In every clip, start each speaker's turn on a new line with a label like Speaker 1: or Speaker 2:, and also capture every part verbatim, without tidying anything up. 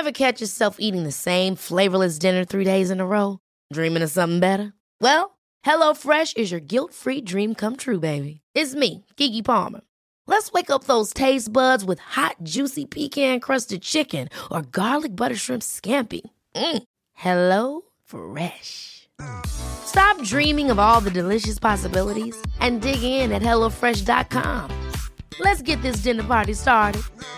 Speaker 1: Ever catch yourself eating the same flavorless dinner three days in a row? Dreaming of something better? Well, HelloFresh is your guilt-free dream come true, baby. It's me, Keke Palmer. Let's wake up those taste buds with hot, juicy pecan-crusted chicken or garlic butter shrimp scampi. Mm. Hello Fresh. Stop dreaming of all the delicious possibilities and dig in at hello fresh dot com. Let's get this dinner party started.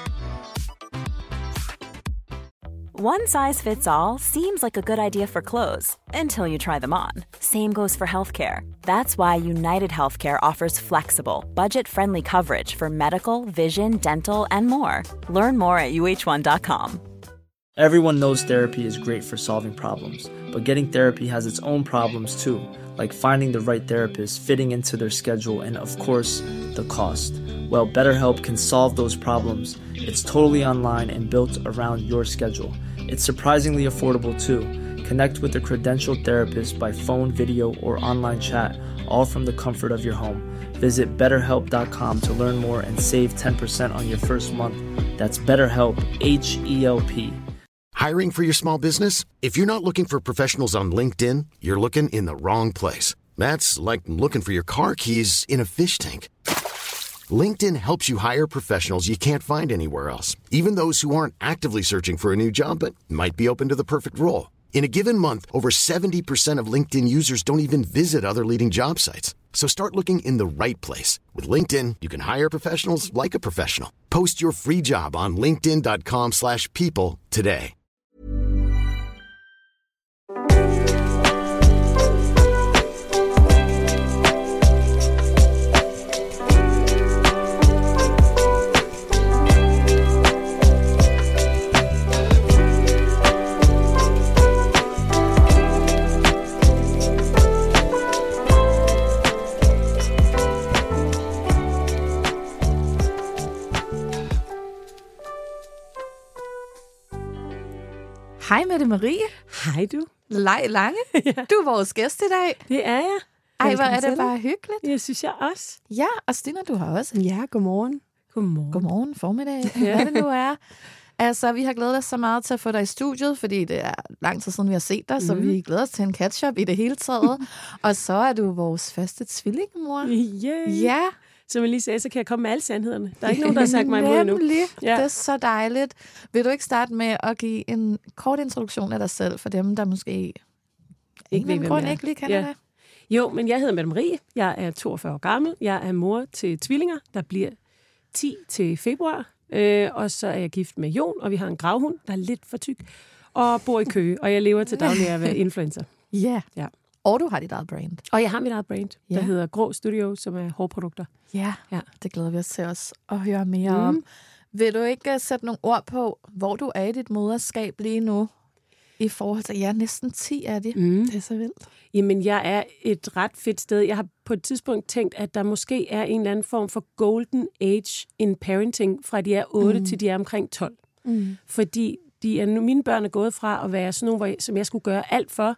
Speaker 2: One size fits all seems like a good idea for clothes until you try them on. Same goes for healthcare. That's why United Healthcare offers flexible, budget-friendly coverage for medical, vision, dental, and more. Learn more at u h one dot com.
Speaker 3: Everyone knows therapy is great for solving problems, but getting therapy has its own problems too, like finding the right therapist, fitting into their schedule, and of course, the cost. Well, BetterHelp can solve those problems. It's totally online and built around your schedule. It's surprisingly affordable too. Connect with a credentialed therapist by phone, video, or online chat, all from the comfort of your home. Visit better help dot com to learn more and save ten percent on your first month. That's BetterHelp, H E L P.
Speaker 4: Hiring for your small business? If you're not looking for professionals on LinkedIn, you're looking in the wrong place. That's like looking for your car keys in a fish tank. LinkedIn helps you hire professionals you can't find anywhere else, even those who aren't actively searching for a new job but might be open to the perfect role. In a given month, over seventy percent of LinkedIn users don't even visit other leading job sites. So start looking in the right place. With LinkedIn, you can hire professionals like a professional. Post your free job on linkedin dot com slash people today.
Speaker 5: Hej Mette Marie.
Speaker 6: Hej du.
Speaker 5: Lej Lange. Ja. Du er vores gæst i dag.
Speaker 6: Det er jeg.
Speaker 5: Ej, hvor er det bare hyggeligt.
Speaker 6: Jeg synes jeg også.
Speaker 5: Ja, og Stina, du har også.
Speaker 6: Ja, godmorgen. Godmorgen.
Speaker 5: Godmorgen, formiddag. Ja. Hvad det nu er. Altså, vi har glædet os så meget til at få dig i studiet, fordi det er lang tid siden, vi har set dig, mm. så vi glæder os til en catch-up i det hele taget. Og så er du vores første tvillingemor.
Speaker 6: Yeah.
Speaker 5: Ja.
Speaker 6: Som jeg lige sagde, så kan jeg komme med alle sandhederne. Der er ikke nogen, der har sagt mig imod endnu.
Speaker 5: Nemlig. Ja. Det er så dejligt. Vil du ikke starte med at give en kort introduktion af dig selv, for dem, der måske ikke ved, grund ikke lige kender
Speaker 6: ja.
Speaker 5: dig?
Speaker 6: Jo, men jeg hedder Mette Marie. Jeg er toogfyrre år gammel. Jeg er mor til tvillinger, der bliver ti til februar. Øh, og så er jeg gift med Jon, og vi har en gravhund, der er lidt for tyk, og bor i Køge. Og jeg lever til daglig af at være influencer.
Speaker 5: Yeah.
Speaker 6: Ja.
Speaker 5: Og du har dit eget brand.
Speaker 6: Og jeg har mit eget brand, der
Speaker 5: ja.
Speaker 6: hedder Grå Studio, som er hårprodukter.
Speaker 5: Ja,
Speaker 6: ja,
Speaker 5: det glæder vi os til os at høre mere mm. om. Vil du ikke uh, sætte nogle ord på, hvor du er i dit moderskab lige nu? I forhold til, ja, næsten ti er det.
Speaker 6: Mm.
Speaker 5: Det er så vildt.
Speaker 6: Jamen, jeg er et ret fedt sted. Jeg har på et tidspunkt tænkt, at der måske er en eller anden form for golden age in parenting, fra de er otte mm. til de er omkring tolv. Mm. Fordi de er, mine børn er gået fra at være sådan nogle, hvor, som jeg skulle gøre alt for,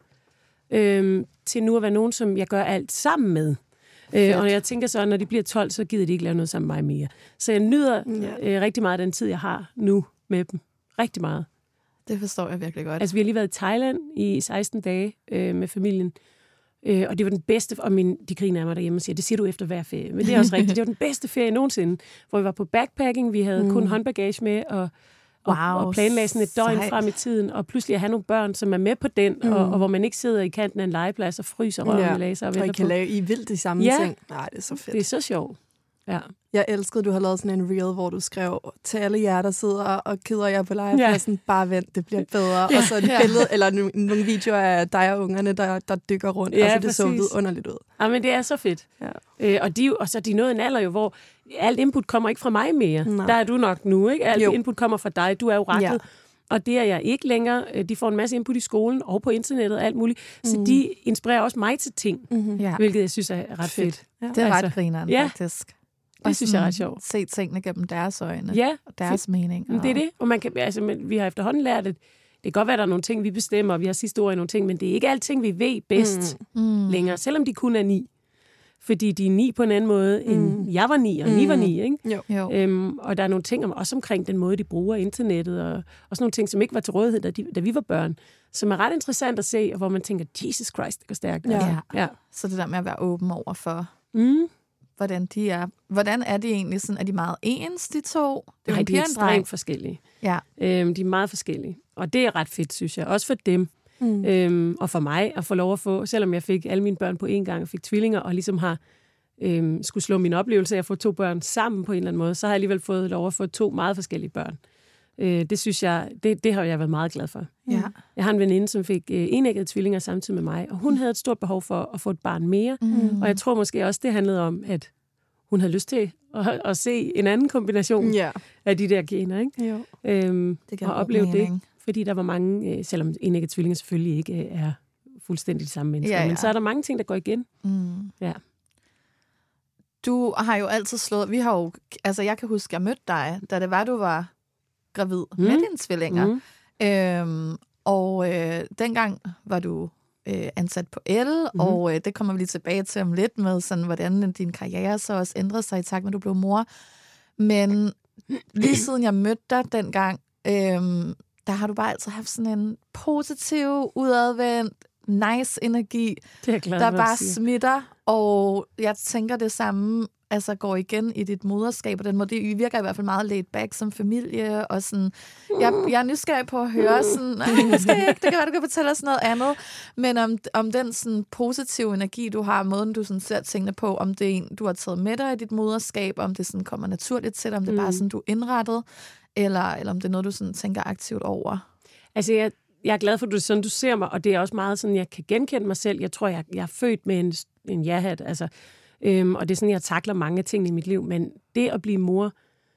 Speaker 6: øhm, til nu at være nogen, som jeg gør alt sammen med. Øh, og jeg tænker så, at når de bliver tolv, så gider de ikke lave noget sammen med mig mere. Så jeg nyder ja. øh, rigtig meget den tid, jeg har nu med dem. Rigtig meget.
Speaker 5: Det forstår jeg virkelig godt.
Speaker 6: Altså, vi har lige været i Thailand i seksten dage øh, med familien. Øh, og det var den bedste, og min, de griner af mig derhjemme og siger, det siger du efter hver ferie. Men det er også rigtigt. Det var den bedste ferie nogensinde, hvor vi var på backpacking, vi havde mm. kun håndbagage med, og,
Speaker 5: wow,
Speaker 6: og, og planlagde sådan et døgn
Speaker 5: sejt.
Speaker 6: frem i tiden, og pludselig at have nogle børn, som er med på den, mm. og, og hvor man ikke sidder i kanten af en legeplads og fryser røven
Speaker 7: ja.
Speaker 6: og læser og
Speaker 7: venter på. Og I kan
Speaker 6: på.
Speaker 7: lave I vildt de samme
Speaker 6: ja.
Speaker 7: ting. Nej, det er så fedt.
Speaker 6: Det er så sjovt. Ja.
Speaker 7: Jeg elskede, at du har lavet sådan en reel, hvor du skrev til alle jer, der sidder og keder jer på legepladsen, ja. bare vent, det bliver bedre. Ja. Og så et billede, ja. eller nogle, nogle videoer af dig og ungerne, der, der dykker rundt. Ja, altså, det så vidunderligt ud.
Speaker 6: Ja, men det er så fedt. Ja. Øh, og, de, og så er de nået en alder jo, hvor alt input kommer ikke fra mig mere. Nej. Der er du nok nu, ikke? Alt jo. Input kommer fra dig. Du er jo rettet. Ja. Og det er jeg ikke længere. De får en masse input i skolen og på internettet og alt muligt. Så mm. de inspirerer også mig til ting, mm-hmm. ja. hvilket jeg synes er ret fedt. fedt.
Speaker 5: Ja. Det er altså, ret grineren, ja. faktisk.
Speaker 6: Det synes jeg er ret sjovt.
Speaker 5: Se tingene gennem deres øjne
Speaker 6: ja,
Speaker 5: og deres
Speaker 6: fedt.
Speaker 5: mening. Og...
Speaker 6: Det er det. Og man kan, altså, vi har efterhånden lært, at det kan godt være, at der er nogle ting, vi bestemmer, og vi har sidste ord i nogle ting, men det er ikke alting, vi ved bedst mm. længere, selvom de kun er ni. fordi de er ni på en anden måde, end mm. jeg var ni, og mm. I var ni, ikke?
Speaker 5: Jo. Jo.
Speaker 6: Øhm, og der er nogle ting om, også omkring den måde, de bruger internettet, og også nogle ting, som ikke var til rådighed, da, de, da vi var børn, som er ret interessant at se, og hvor man tænker, Jesus Christ, det går stærkt.
Speaker 5: Ja.
Speaker 6: Altså. Ja.
Speaker 5: Så det der med at være åben over for,
Speaker 6: Mm.
Speaker 5: hvordan de er. Hvordan er de egentlig? Sådan, er de meget ens, de to? Det er
Speaker 6: Nej,
Speaker 5: jo en
Speaker 6: de
Speaker 5: pige
Speaker 6: er
Speaker 5: og en dreng.
Speaker 6: ekstremt forskellige.
Speaker 5: Ja.
Speaker 6: Øhm, de er meget forskellige. Og det er ret fedt, synes jeg. Også for dem.
Speaker 7: Mm.
Speaker 6: Øhm, og for mig at få lov at få, selvom jeg fik alle mine børn på én gang og fik tvillinger, og ligesom har øhm, skulle slå min oplevelse af at få to børn sammen på en eller anden måde, så har jeg alligevel fået lov at få to meget forskellige børn. Øh, det synes jeg, det, det har jeg været meget glad for.
Speaker 5: Ja.
Speaker 6: Jeg har en veninde, som fik øh, enæggede tvillinger samtidig med mig, og hun havde et stort behov for at få et barn mere. Mm. Og jeg tror måske også, det handlede om, at hun havde lyst til at, at se en anden kombination
Speaker 7: Ja.
Speaker 6: af de der gener, ikke?
Speaker 7: Jo.
Speaker 6: Øhm,
Speaker 5: Det kan
Speaker 6: og
Speaker 5: god
Speaker 6: opleve det,
Speaker 5: mening.
Speaker 6: fordi der var mange, øh, selvom enæggede tvillinger selvfølgelig ikke øh, er fuldstændig de samme mennesker,
Speaker 5: Ja, ja.
Speaker 6: men så er der mange ting, der går igen.
Speaker 5: Mm.
Speaker 6: Ja.
Speaker 5: Du har jo altid slået... Vi har jo... Altså, jeg kan huske, jeg mødte dig, da det var, du var gravid mm. med dine tvillinger.
Speaker 6: Mm.
Speaker 5: Øhm, og øh, dengang var du øh, ansat på L, mm. og øh, det kommer vi lige tilbage til om lidt med, sådan, hvordan din karriere så også ændrede sig i takt med, at du blev mor. Men lige siden jeg mødte dig dengang, øh, der har du bare altid haft sådan en positiv, udadvendt, nice energi,
Speaker 6: Det er jeg glad
Speaker 5: der
Speaker 6: for,
Speaker 5: bare
Speaker 6: at sige.
Speaker 5: smitter, og jeg tænker det samme altså går igen i dit moderskab, og den måde, det virker i hvert fald meget laid back som familie, og sådan, jeg, jeg er nysgerrig på at høre sådan, nej, det skal jeg ikke, det kan være, du kan fortælle os noget andet, men om, om den sådan positive energi, du har, måden du sådan ser tingene på, om det er en, du har taget med dig i dit moderskab, om det sådan kommer naturligt til dig, om det er bare sådan, du er indrettet, eller, eller om det er noget, du sådan tænker aktivt over.
Speaker 6: Altså, jeg, jeg er glad for, at du, sådan, du ser mig, og det er også meget sådan, jeg kan genkende mig selv. Jeg tror, jeg, jeg er født med en, en ja-hat, altså, øhm, og det er sådan, jeg takler mange ting i mit liv, men det at blive mor,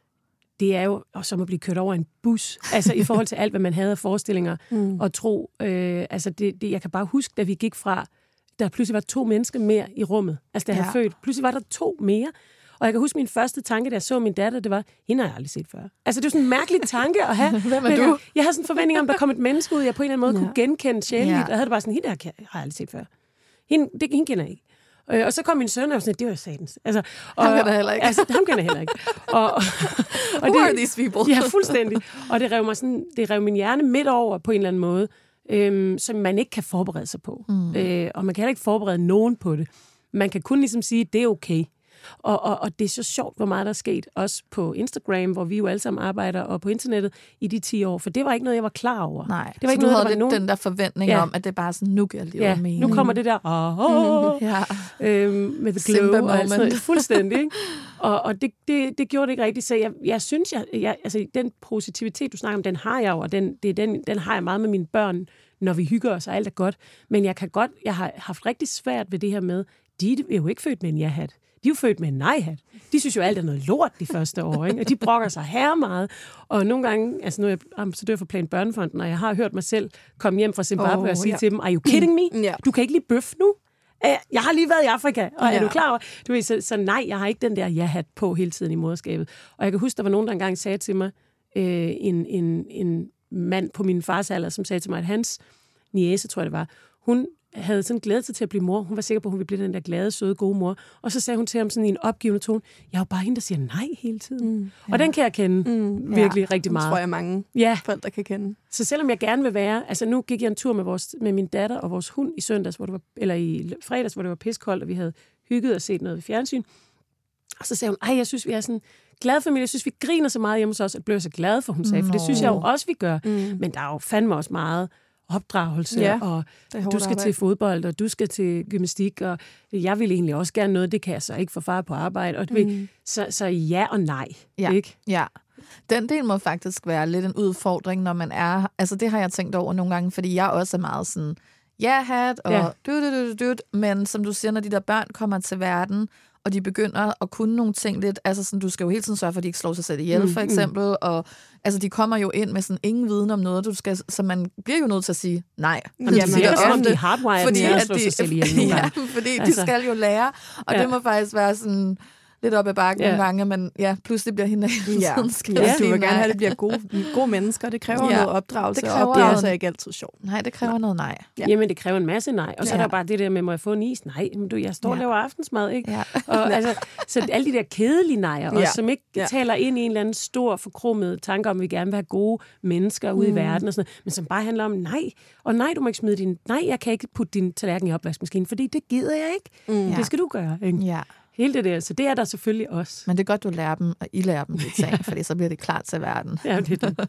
Speaker 6: det er jo som at blive kørt over en bus, altså i forhold til alt, hvad man havde af forestillinger mm. og tro. Øh, altså, det, det, jeg kan bare huske, da vi gik fra, der pludselig var to mennesker mere i rummet, altså da jeg
Speaker 5: Ja.
Speaker 6: havde født, pludselig var der to mere. Og jeg kan huske min første tanke, da jeg så min datter, det var, hende har jeg aldrig set før. Altså, det var sådan en mærkelig tanke at have.
Speaker 5: Hvem er
Speaker 6: Men
Speaker 5: du?
Speaker 6: Jeg, jeg havde sådan en forventning om, der kom et menneske ud, jeg på en eller anden måde ja. kunne genkende sjældent.
Speaker 5: Ja.
Speaker 6: Og jeg havde det bare sådan, hende der har jeg aldrig set før. Hende, det, hende kender jeg ikke. Øh, og så kom min søn, og jeg var sådan, det var satans. Altså, og,
Speaker 5: Ham kender jeg heller ikke.
Speaker 6: Altså, ham kender jeg heller ikke. Og, og, og
Speaker 5: Who
Speaker 6: det,
Speaker 5: are these people?
Speaker 6: Ja, fuldstændig. Og det rev mig sådan, det rev min hjerne midt over på en eller anden måde, øhm, som man ikke kan forberede sig på. Mm. Øh, og man kan heller ikke forberede nogen på det. Man kan kun ligesom sige, det er okay. Og, og, og det er så sjovt, hvor meget der er sket, også på Instagram, hvor vi jo alle sammen arbejder, og på internettet i de ti år, for det var ikke noget, jeg var klar over.
Speaker 5: Nej,
Speaker 6: det var
Speaker 5: så
Speaker 6: ikke
Speaker 5: du
Speaker 6: noget,
Speaker 5: havde
Speaker 6: der var
Speaker 5: lidt
Speaker 6: nogen...
Speaker 5: den der forventning
Speaker 6: Ja.
Speaker 5: om, at det bare sådan, nu giver livet
Speaker 6: Ja,
Speaker 5: mening.
Speaker 6: nu kommer det der, åh,
Speaker 5: Ja.
Speaker 6: øhm, med the
Speaker 5: Simba
Speaker 6: glow og alt sådan noget.
Speaker 5: moment.
Speaker 6: Fuldstændig, ikke? Og, og det, det, det gjorde det ikke rigtigt, så jeg, jeg synes, jeg, jeg, altså den positivitet, du snakker om, den har jeg jo, og den, det er den, den har jeg meget med mine børn, når vi hygger os, og alt er godt. Men jeg kan godt, jeg har haft rigtig svært ved det her med, de er jo ikke født med en ja-hat. De er jo født med en nej-hat. De synes jo alt er noget lort de første år, ikke? Og de brokker sig her meget. Og nogle gange, altså nu er jeg ambassadør for Plan Børnefonden, og jeg har hørt mig selv komme hjem fra Zimbabwe
Speaker 7: Oh,
Speaker 6: og sige
Speaker 7: ja.
Speaker 6: til dem, are you kidding me?
Speaker 7: Ja.
Speaker 6: Du kan ikke lide bøf nu? Øh, Jeg har lige været i Afrika, og er
Speaker 7: Ja.
Speaker 6: du klar over? Du ved, så, så nej, jeg har ikke den der ja-hat på hele tiden i moderskabet. Og jeg kan huske, der var nogen, der engang sagde til mig, øh, en, en, en mand på min fars alder, som sagde til mig, at hans niece, tror jeg det var, hun havde sådan glædet sig til at blive mor. Hun var sikker på, at hun ville blive den der glade, søde, gode mor. Og så sagde hun til ham sådan i en opgivende tone, jeg er jo bare hende, der siger nej hele tiden. Mm, ja. Og den kan jeg kende mm, virkelig ja. rigtig
Speaker 7: Det
Speaker 6: meget.
Speaker 7: tror jeg, mange
Speaker 6: Ja,
Speaker 7: forældre kan kende.
Speaker 6: så selvom jeg gerne vil være, altså nu gik jeg en tur med, vores, med min datter og vores hund i søndags, hvor det var, eller i fredags, hvor det var piskoldt, og vi havde hygget og set noget ved fjernsyn. Og så sagde hun, ej, jeg synes, vi er sådan en glad familie. Jeg synes, vi griner så meget hjemme hos os, at blev jeg så glad for, hun sagde. For det synes jeg jo også, vi gør. Mm. Men der er jo fandme også meget opdragelse,
Speaker 7: Ja,
Speaker 6: og
Speaker 7: det er hårdt
Speaker 6: du skal
Speaker 7: arbejde.
Speaker 6: til fodbold, og du skal til gymnastik, og jeg vil egentlig også gerne noget, det kan jeg så ikke få far på arbejde. Og det, mm. så, så ja og nej,
Speaker 5: Ja.
Speaker 6: ikke?
Speaker 5: Ja. Den del må faktisk være lidt en udfordring, når man er... Altså, det har jeg tænkt over nogle gange, fordi jeg også er meget sådan... Ja-hat og
Speaker 6: Ja.
Speaker 5: du, du, du, du, men som du siger, når de der børn kommer til verden, og de begynder at kunne nogle ting lidt, altså sådan, du skal jo hele tiden sørge for, at de ikke slår sig selv ihjel,
Speaker 6: Mm,
Speaker 5: for eksempel, og altså, de kommer jo ind med sådan ingen viden om noget, du skal, så man bliver jo nødt til at sige nej.
Speaker 6: Jamen, det virker som om, de er hardwired
Speaker 5: fordi
Speaker 6: med at
Speaker 5: at
Speaker 6: slå
Speaker 5: de,
Speaker 6: sig selv ihjel nogle
Speaker 5: ja,
Speaker 6: gange.
Speaker 5: fordi
Speaker 6: Altså.
Speaker 5: de skal jo lære, og
Speaker 6: Ja.
Speaker 5: det må faktisk være sådan... lidt op ad bakken
Speaker 6: Ja.
Speaker 5: nogle gange, men ja, pludselig bliver hende hele
Speaker 7: Ja.
Speaker 5: tiden skal
Speaker 7: Ja,
Speaker 5: jeg
Speaker 7: du
Speaker 5: sige
Speaker 7: vil gerne
Speaker 5: nej.
Speaker 7: have, at det bliver gode, gode mennesker. Det kræver
Speaker 5: Ja.
Speaker 7: noget opdragelse,
Speaker 5: Det
Speaker 7: og
Speaker 5: kræver
Speaker 7: opdragelse
Speaker 5: noget.
Speaker 7: er ikke altid sjovt.
Speaker 5: Nej, det kræver noget nej.
Speaker 7: Ja.
Speaker 6: Jamen, det kræver en masse nej. Og så
Speaker 5: Ja.
Speaker 6: er der bare det der med, må jeg få en is? Nej, men du, jeg står og
Speaker 5: Ja.
Speaker 6: laver aftensmad, ikke?
Speaker 5: Ja.
Speaker 6: Og, altså, så alle de der kedelige nejer, også,
Speaker 7: Ja.
Speaker 6: som ikke
Speaker 7: Ja.
Speaker 6: taler ind i en eller anden stor, forkromet tanke om, at vi gerne vil have gode mennesker ude mm. i verden, og sådan noget, men som bare handler om nej. Og nej, du må ikke smide din... Nej, jeg kan ikke putte din tallerken i opvaskemaskinen, fordi det gider jeg ikke. Mm. Det skal du gøre, ikke?
Speaker 5: Ja.
Speaker 6: Hele det der, så det er der selvfølgelig også.
Speaker 5: Men det er godt, du lærer dem, og I lærer dem de ting, fordi så bliver det klart til verden.
Speaker 6: Ja, det er det.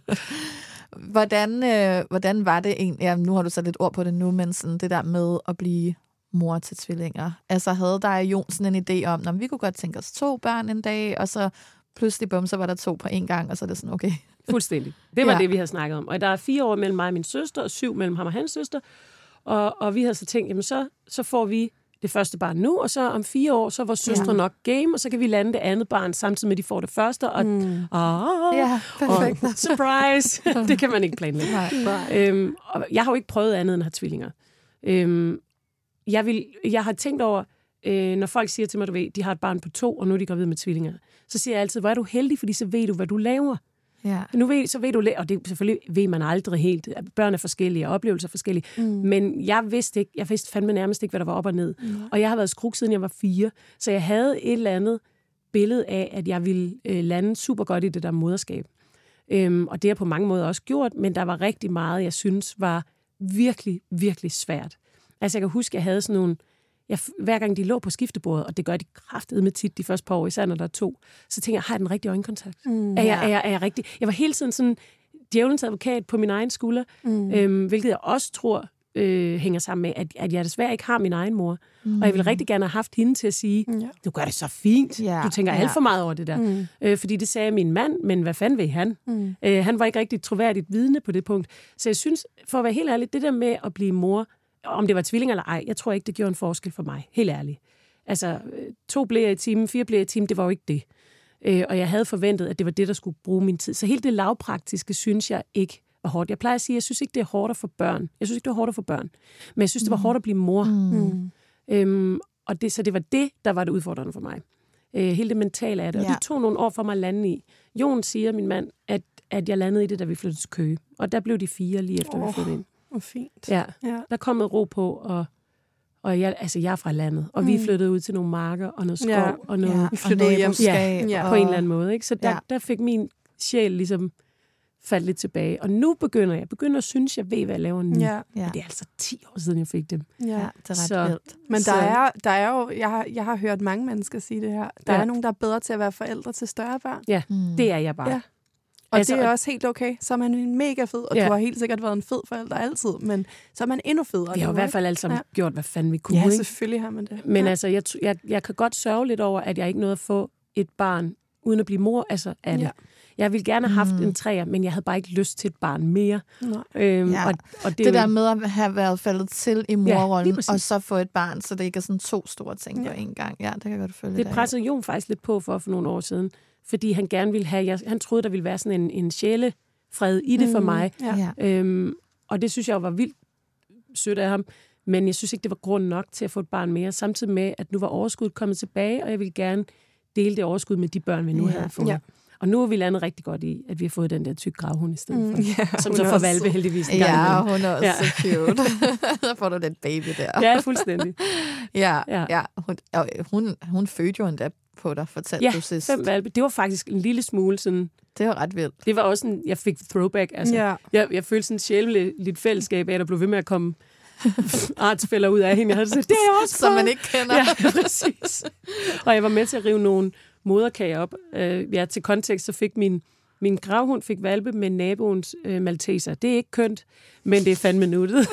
Speaker 5: Hvordan, øh, hvordan var det egentlig? Ja, nu har du sat lidt ord på det nu, men sådan det der med at blive mor til tvillinger. Altså havde dig og Jon sådan en idé om, at vi kunne godt tænke os to børn en dag, og så pludselig bum, så var der to på en gang, og så er det sådan, okay.
Speaker 6: Fuldstændig. Det var
Speaker 5: Ja.
Speaker 6: ja. det, vi havde snakket om. Og der er fire år mellem mig og min søster, og syv mellem ham og hans søster. Og, og vi havde så tænkt, jamen så, så får vi det første barn nu, og så om fire år, så er vores søstre
Speaker 5: Ja.
Speaker 6: nok game, og så kan vi lande det andet barn, samtidig med, at de får det første. Og, mm. ah,
Speaker 5: Ja, perfekt.
Speaker 6: og surprise! Det kan man ikke planlægge.
Speaker 5: Nej.
Speaker 6: Øhm, og jeg har jo ikke prøvet andet end at have tvillinger. Øhm, jeg, vil, jeg har tænkt over, øh, når folk siger til mig, du ved, de har et barn på to, og nu er de gravid med tvillinger, så siger jeg altid, hvor er du heldig, fordi så ved du, hvad du laver.
Speaker 5: Ja.
Speaker 6: Nu ved, så ved du, og det selvfølgelig ved man aldrig helt, at børn er forskellige, og oplevelser er forskellige, mm. men jeg vidste ikke, jeg vidste fandme nærmest ikke, hvad der var op og ned. Mm. Og jeg har været skruk, siden jeg var fire, så jeg havde et eller andet billede af, at jeg ville øh, lande super godt i det der moderskab. Øhm, og det har jeg på mange måder også gjort, men der var rigtig meget, jeg synes var virkelig, virkelig svært. Altså jeg kan huske, jeg havde sådan nogle, jeg, hver gang de lå på skiftebordet, og det gør de kraftedeme med tit de første par år, især når der er to, så tænker jeg, har jeg den rigtige øjenkontakt? Mm, er, jeg, er, jeg, er jeg rigtig? Jeg var hele tiden sådan djævelens advokat på min egen skulder, mm. øhm, hvilket jeg også tror øh, hænger sammen med, at, at jeg desværre ikke har min egen mor. Mm. Og jeg ville rigtig gerne have haft hende til at sige, mm. du gør det så fint,
Speaker 5: Ja,
Speaker 6: du tænker
Speaker 5: ja.
Speaker 6: alt for meget over det der. Mm. Øh, fordi det sagde min mand, men hvad fanden ved han? Mm. Øh, han var ikke rigtig troværdigt vidne på det punkt. Så jeg synes, for at være helt ærlig, det der med at blive mor, om det var tvillinger eller ej, jeg tror ikke, det gjorde en forskel for mig. Helt ærligt. Altså, to blæer i timen, fire blæer i timen, det var jo ikke det. Øh, og jeg havde forventet, at det var det, der skulle bruge min tid. Så helt det lavpraktiske, synes jeg ikke var hårdt. Jeg plejer at sige, at jeg synes ikke, det er hårdt at få børn. Jeg synes ikke, det var hårdt at få børn. Men jeg synes, det var hårdt at blive mor. Mm. Øhm, og det, så det var det, der var det udfordrende for mig. Øh, hele det mentale af det. Og
Speaker 5: Ja.
Speaker 6: det tog nogle år for mig at lande i. Jon siger, min mand, at, at jeg landede i det, da vi flyttede til Køge. Og der blev de fire lige efter, oh. vi flyttede ind.
Speaker 7: Hvor fint.
Speaker 6: Ja,
Speaker 7: Ja.
Speaker 6: der kom noget ro på, og, og jeg, altså, jeg er fra landet, og mm. vi flyttede ud til nogle marker og noget skov
Speaker 7: Ja.
Speaker 6: og noget
Speaker 5: Ja,
Speaker 7: Vi flyttede
Speaker 5: og
Speaker 7: hjem.
Speaker 5: naboskab,
Speaker 7: Ja,
Speaker 5: og-
Speaker 6: på en eller anden måde. Ikke? Så der,
Speaker 5: Ja.
Speaker 6: der fik min sjæl ligesom faldt lidt tilbage. Og nu begynder jeg, begynder at synes, jeg ved, hvad jeg laver nu.
Speaker 7: Ja.
Speaker 5: Ja.
Speaker 6: Men det er altså ti år siden, jeg fik dem.
Speaker 7: Ja.
Speaker 5: Ja, det er ret
Speaker 6: Så-
Speaker 5: vildt.
Speaker 7: Men der
Speaker 6: Så-
Speaker 7: er, der er jo, jeg har, jeg har hørt mange mennesker sige det her, der
Speaker 6: Ja.
Speaker 7: er nogen, der er bedre til at være forældre til større børn.
Speaker 6: Ja,
Speaker 5: Mm.
Speaker 6: det er jeg bare.
Speaker 7: Ja. Og
Speaker 6: Altså,
Speaker 7: det er
Speaker 6: og-
Speaker 7: også helt okay. Så er man mega fed, og
Speaker 6: Ja.
Speaker 7: du har helt sikkert været en fed forælder altid, men så er man endnu federe.
Speaker 6: Vi har jo
Speaker 7: nu,
Speaker 6: i hvert
Speaker 7: ikke?
Speaker 6: fald alle sammen
Speaker 7: Ja.
Speaker 6: gjort, hvad fanden vi kunne.
Speaker 7: Ja,
Speaker 6: ikke?
Speaker 7: selvfølgelig har man det.
Speaker 6: Men
Speaker 7: ja.
Speaker 6: altså, jeg, t- jeg, jeg kan godt sørge lidt over, at jeg ikke nåede at få et barn, uden at blive mor altså, af det.
Speaker 7: Ja.
Speaker 6: Jeg ville gerne have haft mm. en træer, men jeg havde bare ikke lyst til et barn mere.
Speaker 7: Nej.
Speaker 6: Øhm,
Speaker 5: Ja.
Speaker 6: og, og det,
Speaker 5: Det,
Speaker 6: er
Speaker 5: det
Speaker 6: jo-
Speaker 5: der med at have været faldet til i
Speaker 6: lige
Speaker 5: morrollen,
Speaker 6: præcis.
Speaker 5: og så få et barn, så det ikke er sådan to store ting
Speaker 7: Ja.
Speaker 5: på en gang. Ja, det kan jeg godt følge
Speaker 6: Det
Speaker 5: dig i.
Speaker 6: pressede Jon faktisk lidt på for for nogle år siden, fordi han gerne ville have, jeg, han troede, der ville være sådan en, en sjælefred i det for
Speaker 7: Mm,
Speaker 6: mig.
Speaker 7: Ja.
Speaker 5: Ja.
Speaker 6: Øhm, og det synes jeg jo var vildt sødt af ham, men jeg synes ikke, det var grund nok til at få et barn mere, samtidig med, at nu var overskuddet kommet tilbage, og jeg ville gerne dele det overskud med de børn, vi nu
Speaker 5: Ja.
Speaker 6: havde fået.
Speaker 7: Ja.
Speaker 6: Og nu er vi landet rigtig godt i, at vi har fået den der tyk gravhund i stedet for,
Speaker 7: Mm, ja,
Speaker 6: som
Speaker 7: hun
Speaker 6: så
Speaker 7: er
Speaker 6: får
Speaker 7: også
Speaker 6: valpe
Speaker 7: sød.
Speaker 6: heldigvis en gang
Speaker 5: Ja,
Speaker 6: imellem.
Speaker 5: hun er også
Speaker 6: Ja.
Speaker 5: så cute. Så får du lidt baby der.
Speaker 6: Ja, fuldstændig.
Speaker 5: Ja,
Speaker 6: Ja.
Speaker 5: ja. Hun, og hun, hun fødte jo endda på dig, fortalte
Speaker 6: Ja,
Speaker 5: du sidst.
Speaker 6: fem valpe. Det var faktisk en lille smule sådan,
Speaker 5: Det var ret vildt.
Speaker 6: det var også en, jeg fik throwback, altså.
Speaker 7: Ja.
Speaker 6: Jeg, jeg følte sådan sjæleligt fællesskab af, at der blev ved med at komme artsfælder ud af hende. Jeg havde sagt, det er jeg også
Speaker 5: Som man
Speaker 6: fået.
Speaker 5: ikke kender.
Speaker 6: Ja, præcis. Og jeg var med til at rive nogle moderkager op. Øh, ja, til kontekst, så fik min, min gravhund fik valpe med naboens øh, malteser. Det er ikke kønt, men det er fandme nuttet.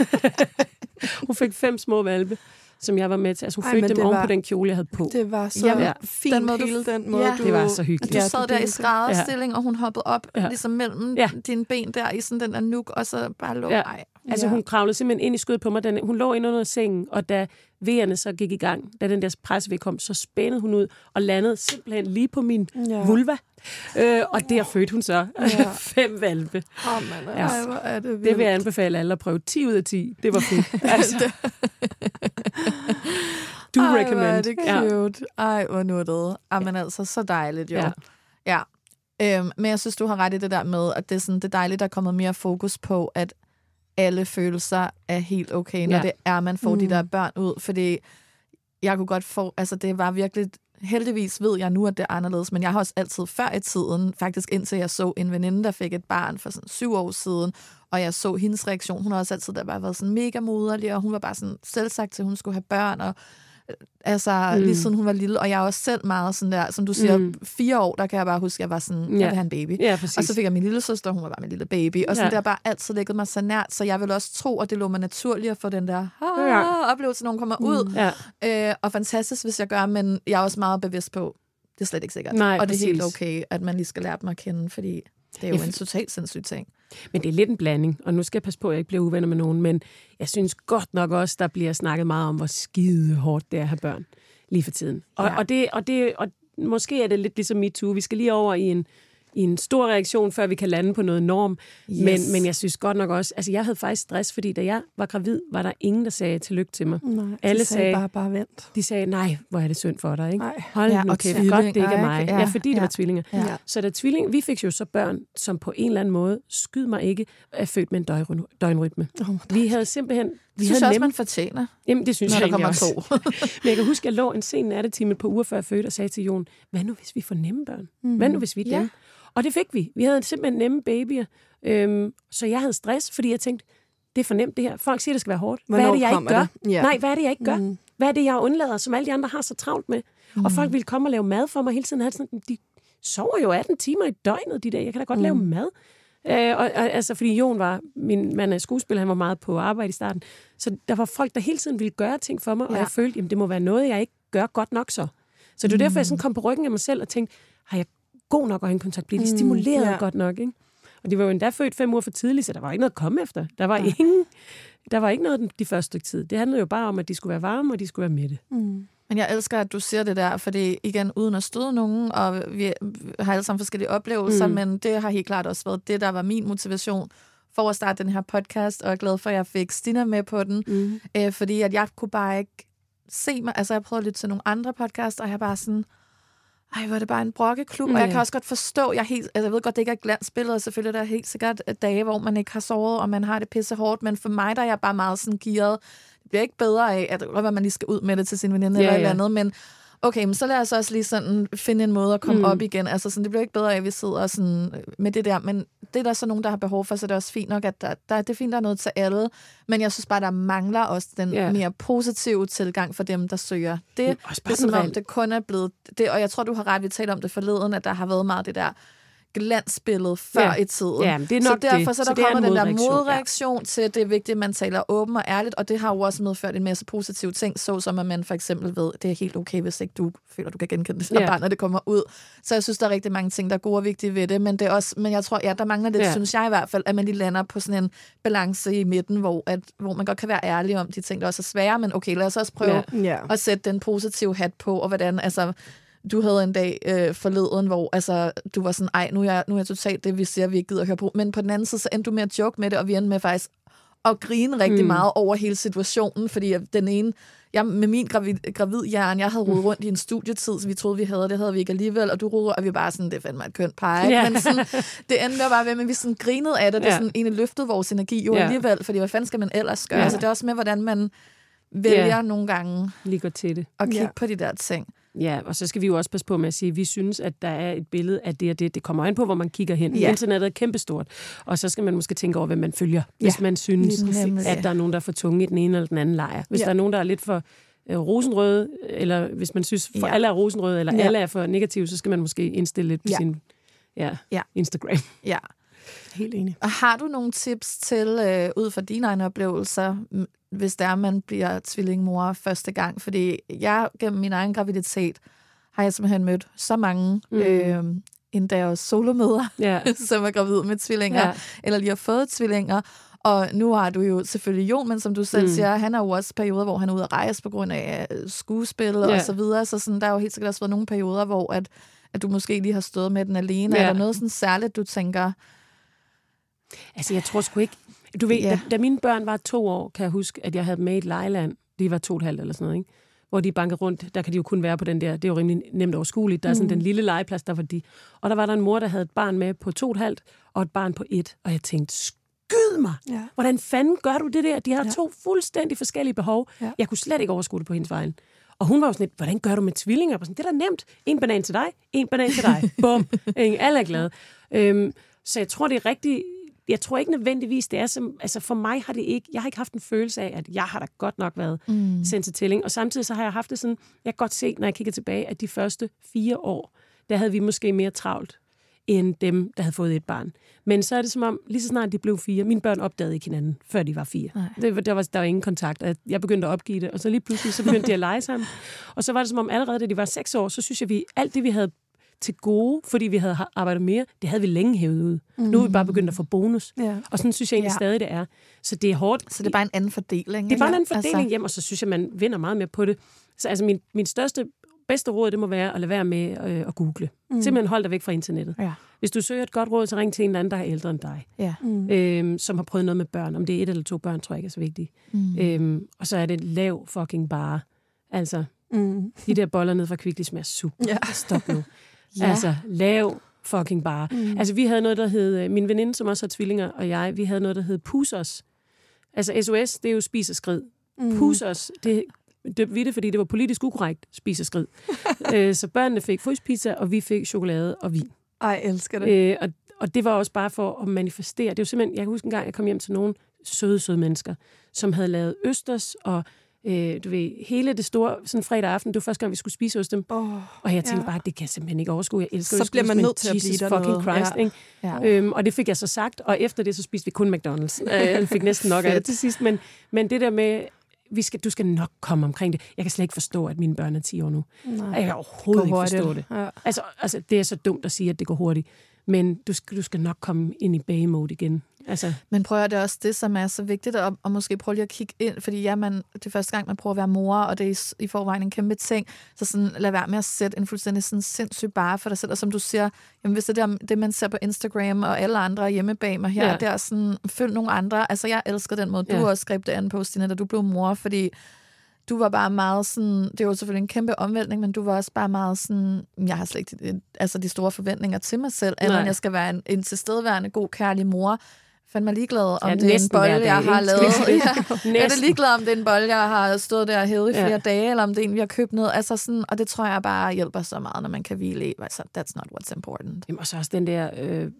Speaker 6: Hun fik fem små valpe, som jeg var med til. Altså, hun
Speaker 7: Ej,
Speaker 6: fik
Speaker 7: men
Speaker 6: dem
Speaker 7: det
Speaker 6: oven
Speaker 7: var-
Speaker 6: på den kjole, jeg havde på.
Speaker 7: Det var så
Speaker 5: Jamen,
Speaker 6: ja.
Speaker 7: fint,
Speaker 5: den måde, du-
Speaker 7: hele den måde,
Speaker 5: Ja.
Speaker 7: du...
Speaker 6: Det var så hyggeligt.
Speaker 5: Du
Speaker 7: Ja,
Speaker 5: sad
Speaker 7: du
Speaker 5: der i
Speaker 7: delte.
Speaker 5: skrædderstilling, og hun hoppede op
Speaker 6: Ja.
Speaker 5: ligesom mellem
Speaker 6: Ja.
Speaker 5: dine ben der i sådan den der nuk, og så bare lå.
Speaker 6: Ja.
Speaker 5: Ej.
Speaker 6: Altså,
Speaker 7: Ja.
Speaker 6: hun kravlede simpelthen ind i skødet på mig. Den, hun lå inde under sengen, og da V'erne så gik i gang, da den der pressevæg kom, så spændede hun ud og landede simpelthen lige på min
Speaker 7: Ja.
Speaker 6: vulva. Øh, og der fødte hun så
Speaker 7: Ja.
Speaker 6: fem valpe.
Speaker 7: Åh, man,
Speaker 6: Ja.
Speaker 7: ej, hvor er det vildt.
Speaker 6: Det vil jeg anbefale alle at prøve. ti ud af ti. Det var fedt. Altså. Do
Speaker 5: Ej,
Speaker 6: recommend.
Speaker 5: Ej, det er cute. Ja. Ej, hvor nuttet. Jamen altså, så dejligt jo. Ja. ja. Øhm, men jeg synes, du har ret i det der med, at det er, sådan, det er dejligt, der er kommet mere fokus på, at alle følelser er helt okay, når ja. det er, man får mm. de der børn ud. Fordi jeg kunne godt få, altså det var virkelig, heldigvis ved jeg nu, at det er anderledes, men jeg har også altid før i tiden, faktisk indtil jeg så en veninde, der fik et barn for sådan syv år siden, og jeg så hendes reaktion. Hun har også altid der bare været sådan mega moderlig, og hun var bare sådan selvsagt til, at hun skulle have børn, og altså mm. lige siden hun var lille, og jeg er også selv meget sådan der, som du siger, mm. fire år, der kan jeg bare huske, at jeg var sådan, ja. jeg vil have en baby.
Speaker 6: Ja,
Speaker 5: og så fik jeg min lille søster, hun var bare min lille baby, og sådan ja. der bare altid ligget mig så nært, så jeg vil også tro, at det lå mig naturligt at få den der ja. oplevelse, når hun kommer ud. Mm. Ja. Øh, og fantastisk, hvis jeg gør, men jeg er også meget bevidst på, det er slet ikke sikkert.
Speaker 6: Nej,
Speaker 5: og det er
Speaker 6: præcis.
Speaker 5: helt okay, at man lige skal lære dem at kende, fordi det er jo ja. en totalt sindssyg ting.
Speaker 6: Men det er lidt en blanding, og nu skal jeg passe på, at jeg ikke bliver uvenner med nogen, men jeg synes godt nok også, der bliver snakket meget om, hvor skide hårdt det er at have børn lige for tiden. Og, ja. og, det, og, det, og måske er det lidt ligesom MeToo. Vi skal lige over i en, i en stor reaktion, før vi kan lande på noget norm. Yes. Men, men jeg synes godt nok også, altså jeg havde faktisk stress, fordi da jeg var gravid, var der ingen, der sagde tillykke til mig.
Speaker 7: Nej,
Speaker 6: alle
Speaker 7: de sagde, sagde bare, bare vent.
Speaker 6: De sagde, nej, hvor er det synd for dig, ikke?
Speaker 7: Ej.
Speaker 6: Hold
Speaker 5: ja,
Speaker 6: nu kæft, okay, godt det ikke er mig. Ja, ja fordi det
Speaker 5: ja.
Speaker 6: var tvillinger.
Speaker 5: Ja.
Speaker 6: Så da tvilling, vi fik jo så børn, som på en eller anden måde, skyd mig ikke, er født med en døgn, døgnrytme. Oh, vi havde simpelthen... Vi
Speaker 5: synes
Speaker 6: havde
Speaker 5: også, man fortjener.
Speaker 6: Jamen, det synes
Speaker 5: når
Speaker 6: jeg
Speaker 5: der kommer
Speaker 6: også.
Speaker 5: to.
Speaker 6: Men jeg kan huske, at jeg lå en sen nattetime et par uger før jeg fødte og sagde til Jon, hvad nu hvis vi får nemme børn? Mm. Hvad nu hvis vi er
Speaker 5: ja.
Speaker 6: dem? Og det fik vi. Vi havde simpelthen nemme babyer. Øhm, så jeg havde stress, fordi jeg tænkte, det er for nemt det her. Folk siger, det skal være hårdt. Hvad
Speaker 7: Hvornår
Speaker 6: er det, jeg ikke gør?
Speaker 7: Yeah.
Speaker 6: Nej, hvad er det, jeg ikke gør?
Speaker 7: Mm.
Speaker 6: Hvad er det, jeg undlader, som alle de andre har så travlt med? Mm. Og folk ville komme og lave mad for mig hele tiden. Sådan, de sover jo atten timer i døgnet, de der. Jeg kan da godt mm. lave mad. Øh, og, og, altså, fordi Jon var, min mand er skuespiller, han var meget på arbejde i starten. Så der var folk, der hele tiden ville gøre ting for mig, ja. og jeg følte, jamen det må være noget, jeg ikke gør godt nok så. Så det var mm. derfor, jeg sådan kom på ryggen af mig selv og tænkte, har jeg god nok øjenkontakt? Bliver de stimuleret mm. ja. godt nok? Ikke? Og de var jo endda født fem uger for tidligt, så der var ikke noget at komme efter. Der var, ja. ingen, der var ikke noget de første stykke tid. Det handlede jo bare om, at de skulle være varme, og de skulle være mætte.
Speaker 5: Mm. Men jeg elsker, at du siger det der, fordi igen, uden at støde nogen, og vi har alle sammen forskellige oplevelser, mm. men det har helt klart også været det, der var min motivation for at starte den her podcast, og jeg er glad for, at jeg fik Stina med på den, mm. øh, fordi at jeg kunne bare ikke se mig, altså jeg prøvede at lytte til nogle andre podcasts, og jeg bare sådan, ej, hvor er det bare en brokkeklub, mm. og jeg kan også godt forstå, jeg, helt, altså jeg ved godt, det ikke er glansbilleder, og selvfølgelig der er helt sikkert dage, hvor man ikke har sovet, og man har det pisse hårdt, men for mig, der er jeg bare meget sådan gearet. Det bliver ikke bedre af, at man lige skal ud med det til sin veninde ja, eller et eller andet, men okay, men så lad os også lige sådan finde en måde at komme mm. op igen. Altså sådan, det bliver ikke bedre af, at vi sidder sådan med det der, men det er der så nogen, der har behov for, så det er også fint nok, at der, der, det er fint, der er noget til alle, men jeg synes bare, der mangler også den yeah. mere positive tilgang for dem, der søger det. Det er som om, det kun er blevet det, og jeg tror, du har ret, vi talte om det forleden, at der har været meget det der glansbillede før ja. i tiden.
Speaker 6: Ja, det er nok
Speaker 5: så derfor
Speaker 6: det.
Speaker 5: så der så kommer den der modreaktion ja. til, at det er vigtigt, at man taler åben og ærligt, og det har jo også medført en masse positive ting, såsom at man for eksempel ved, det er helt okay, hvis ikke du føler, du kan genkende det, når ja. barnet det kommer ud. Så jeg synes, der er rigtig mange ting, der er gode og vigtige ved det, men det er også, men jeg tror, ja, der mangler det, ja. synes jeg i hvert fald, at man lige lander på sådan en balance i midten, hvor, at, hvor man godt kan være ærlig om de ting, der også er svære, men okay, lad os også prøve ja. Ja. at sætte den positive hat på, og hvordan, altså du havde en dag øh, forleden, hvor altså, du var sådan, ej, nu er, jeg, nu er jeg totalt det, vi siger, vi ikke gider at høre på. Men på den anden side, så endte du med at joke med det, og vi endte med faktisk at grine rigtig mm. meget over hele situationen, fordi den ene, jeg, med min gravid, gravidhjerne, jeg havde rodet rundt i en studietid, så vi troede, vi havde det, havde vi ikke alligevel, og du rodede, og vi bare sådan, det er fandme et kønt pege. Yeah. Men sådan, det endte bare ved, men vi sådan grinede af det, det yeah. sådan egentlig løftede vores energi jo yeah. alligevel, fordi hvad fanden skal man ellers gøre? Yeah. Altså, det er også med, hvordan man vælger yeah. nogle gange
Speaker 6: lige går til det.
Speaker 5: Og kigge
Speaker 6: yeah.
Speaker 5: på de der ting.
Speaker 6: Ja, og så skal vi jo også passe på med at sige, at vi synes, at der er et billede af det og det. Det kommer an på, hvor man kigger hen. Ja. Internettet er kæmpestort. Og så skal man måske tænke over, hvem man følger. Ja. Hvis man synes, at der er nogen, der er for tunge i den ene eller den anden lejr. Hvis ja. der er nogen, der er lidt for øh, rosenrøde, eller hvis man synes, for ja. alle er rosenrøde, eller ja. alle er for negative, så skal man måske indstille lidt på ja. sin ja, ja. Instagram.
Speaker 5: Ja.
Speaker 7: Helt enig.
Speaker 5: Og har du nogle tips til, øh, ud fra dine egne oplevelser, hvis der man bliver tvillingmor første gang? Fordi jeg, gennem min egen graviditet, har jeg simpelthen mødt så mange, mm. øh, endda også solomødre, yeah. som er gravid med tvillinger, yeah. eller lige har fået tvillinger. Og nu har du jo selvfølgelig Jon, men som du selv mm. siger, han har jo også perioder, hvor han er ude at rejse på grund af skuespil yeah. og så videre. Så sådan, der er jo helt sikkert også været nogle perioder, hvor at, at du måske lige har stået med den alene. Yeah. Er der noget sådan særligt, du tænker?
Speaker 6: Altså, jeg tror sgu ikke. Du ved,
Speaker 5: ja.
Speaker 6: da, da mine børn var to år, kan jeg huske, at jeg havde med et lejeland. De var to og et halvt eller sådan noget, ikke? hvor de bankede rundt. Der kan de jo kun være på den der, det er jo rimelig nemt overskueligt. Der er sådan mm. den lille legeplads, der var de. Og der var der en mor, der havde et barn med på to og et halvt, og et barn på et. Og jeg tænkte, skyd mig! Ja. Hvordan fanden gør du det der? De har ja. to fuldstændig forskellige behov. Ja. Jeg kunne slet ikke overskue det på hendes vejen. Og hun var jo sådan lidt, hvordan gør du med tvillinger? Sådan, det er da nemt. En banan til dig, en banan til dig. Bum. Alle er glade. Øhm, så jeg tror, det er rigtig... Jeg tror ikke nødvendigvis, det er som... Altså for mig har det ikke... Jeg har ikke haft en følelse af, at jeg har da godt nok været mm. sendt til tælling. Og samtidig så har jeg haft det sådan... Jeg kan godt se, når jeg kigger tilbage, at de første fire år, der havde vi måske mere travlt, end dem, der havde fået et barn. Men så er det som om, lige så snart de blev fire, mine børn opdagede ikke hinanden, før de var fire. Det, der, var, der var ingen kontakt. Jeg begyndte at opgive det, og så lige pludselig så begyndte de at lege sammen. Og så var det som om, allerede da de var seks år, så synes jeg, vi alt det, vi havde til gode, fordi vi havde arbejdet mere, det havde vi længe hævet ud. Mm. Nu er vi bare begyndt at få bonus. Ja. Og sådan synes jeg egentlig ja. stadig, det er. Så det er hårdt.
Speaker 5: Så det er bare en anden fordeling?
Speaker 6: Det er bare en anden fordeling altså... hjem, og så synes jeg, man vinder meget mere på det. Så altså min, min største, bedste råd, det må være at lade være med øh, at google. Mm. Simpelthen hold dig væk fra internettet. Ja. Hvis du søger et godt råd, så ring til en eller anden, der er ældre end dig. Ja. Mm. Øhm, som har prøvet noget med børn. Om det er et eller to børn, tror jeg ikke er så vigtigt. Mm. Øhm, og så er det lav fucking bare. Altså, mm. de der boller ned fra Kvickly smager super. Ja. Stop nu. Ja. Altså, lav fucking bare. Mm. Altså, vi havde noget, der hed... Min veninde, som også har tvillinger, og jeg, vi havde noget, der hed Pusos. Altså, S O S, det er jo spis og skrid. Mm. Pusos, det døbte vi det, fordi det var politisk ukorrekt spis og skrid. øh, så børnene fik fryspizza, og vi fik chokolade og vin.
Speaker 7: Ej, elsker det.
Speaker 6: Øh, og, og det var også bare for at manifestere. Det var simpelthen... Jeg kan huske en gang, jeg kom hjem til nogle søde, søde mennesker, som havde lavet østers og... Øh, du ved, hele det store, sådan fredag aften, det var første gang, vi skulle spise hos dem. Oh, og jeg tænkte ja. bare, det kan jeg simpelthen ikke overskue. Jeg elsker
Speaker 7: så bliver man nødt til at blive der
Speaker 6: fucking Christ, ja. Ikke? Ja. Øhm, og det fik jeg så sagt, og efter det, så spiste vi kun McDonald's. Jeg fik næsten nok af det til sidst, men, men det der med, vi skal, du skal nok komme omkring det. Jeg kan slet ikke forstå, at mine børn er ti år nu. Nej. Jeg kan overhovedet ikke forstå det. Ja. Altså, altså, det er så dumt at sige, at det går hurtigt. Men du skal, du skal nok komme ind i baby-mode igen. Altså.
Speaker 5: Men prøv at det er også det, som er så vigtigt, at, at måske prøve lige at kigge ind, fordi ja, man, det er første gang, man prøver at være mor, og det er i, i forvejen en kæmpe ting, så sådan, lad være med at sætte en fuldstændig sådan sindssyg bare for dig selv, og som du siger, jamen hvis det er det, man ser på Instagram, og alle andre hjemme bag mig her, ja. det er sådan, følg nogle andre, altså jeg elsker den måde, du ja. også skrev det an på, Stine, da du blev mor, fordi du var bare meget sådan, det var selvfølgelig en kæmpe omvæltning, men du var også bare meget sådan, jeg har slet ikke altså de store forventninger til mig selv, eller jeg skal være en, en tilstedeværende, god, kærlig mor. Fandt mig ligeglad, om ja, det er en bolle, jeg har lavet. Ja. Jeg er ligeglad, om det er en bolle, jeg har stået der og hævet i flere ja. dage, eller om det er en, vi har købt ned. Altså sådan, og det tror jeg bare hjælper så meget, når man kan hvile i. Altså, that's not what's important.
Speaker 6: Jamen, og så også den der... Øh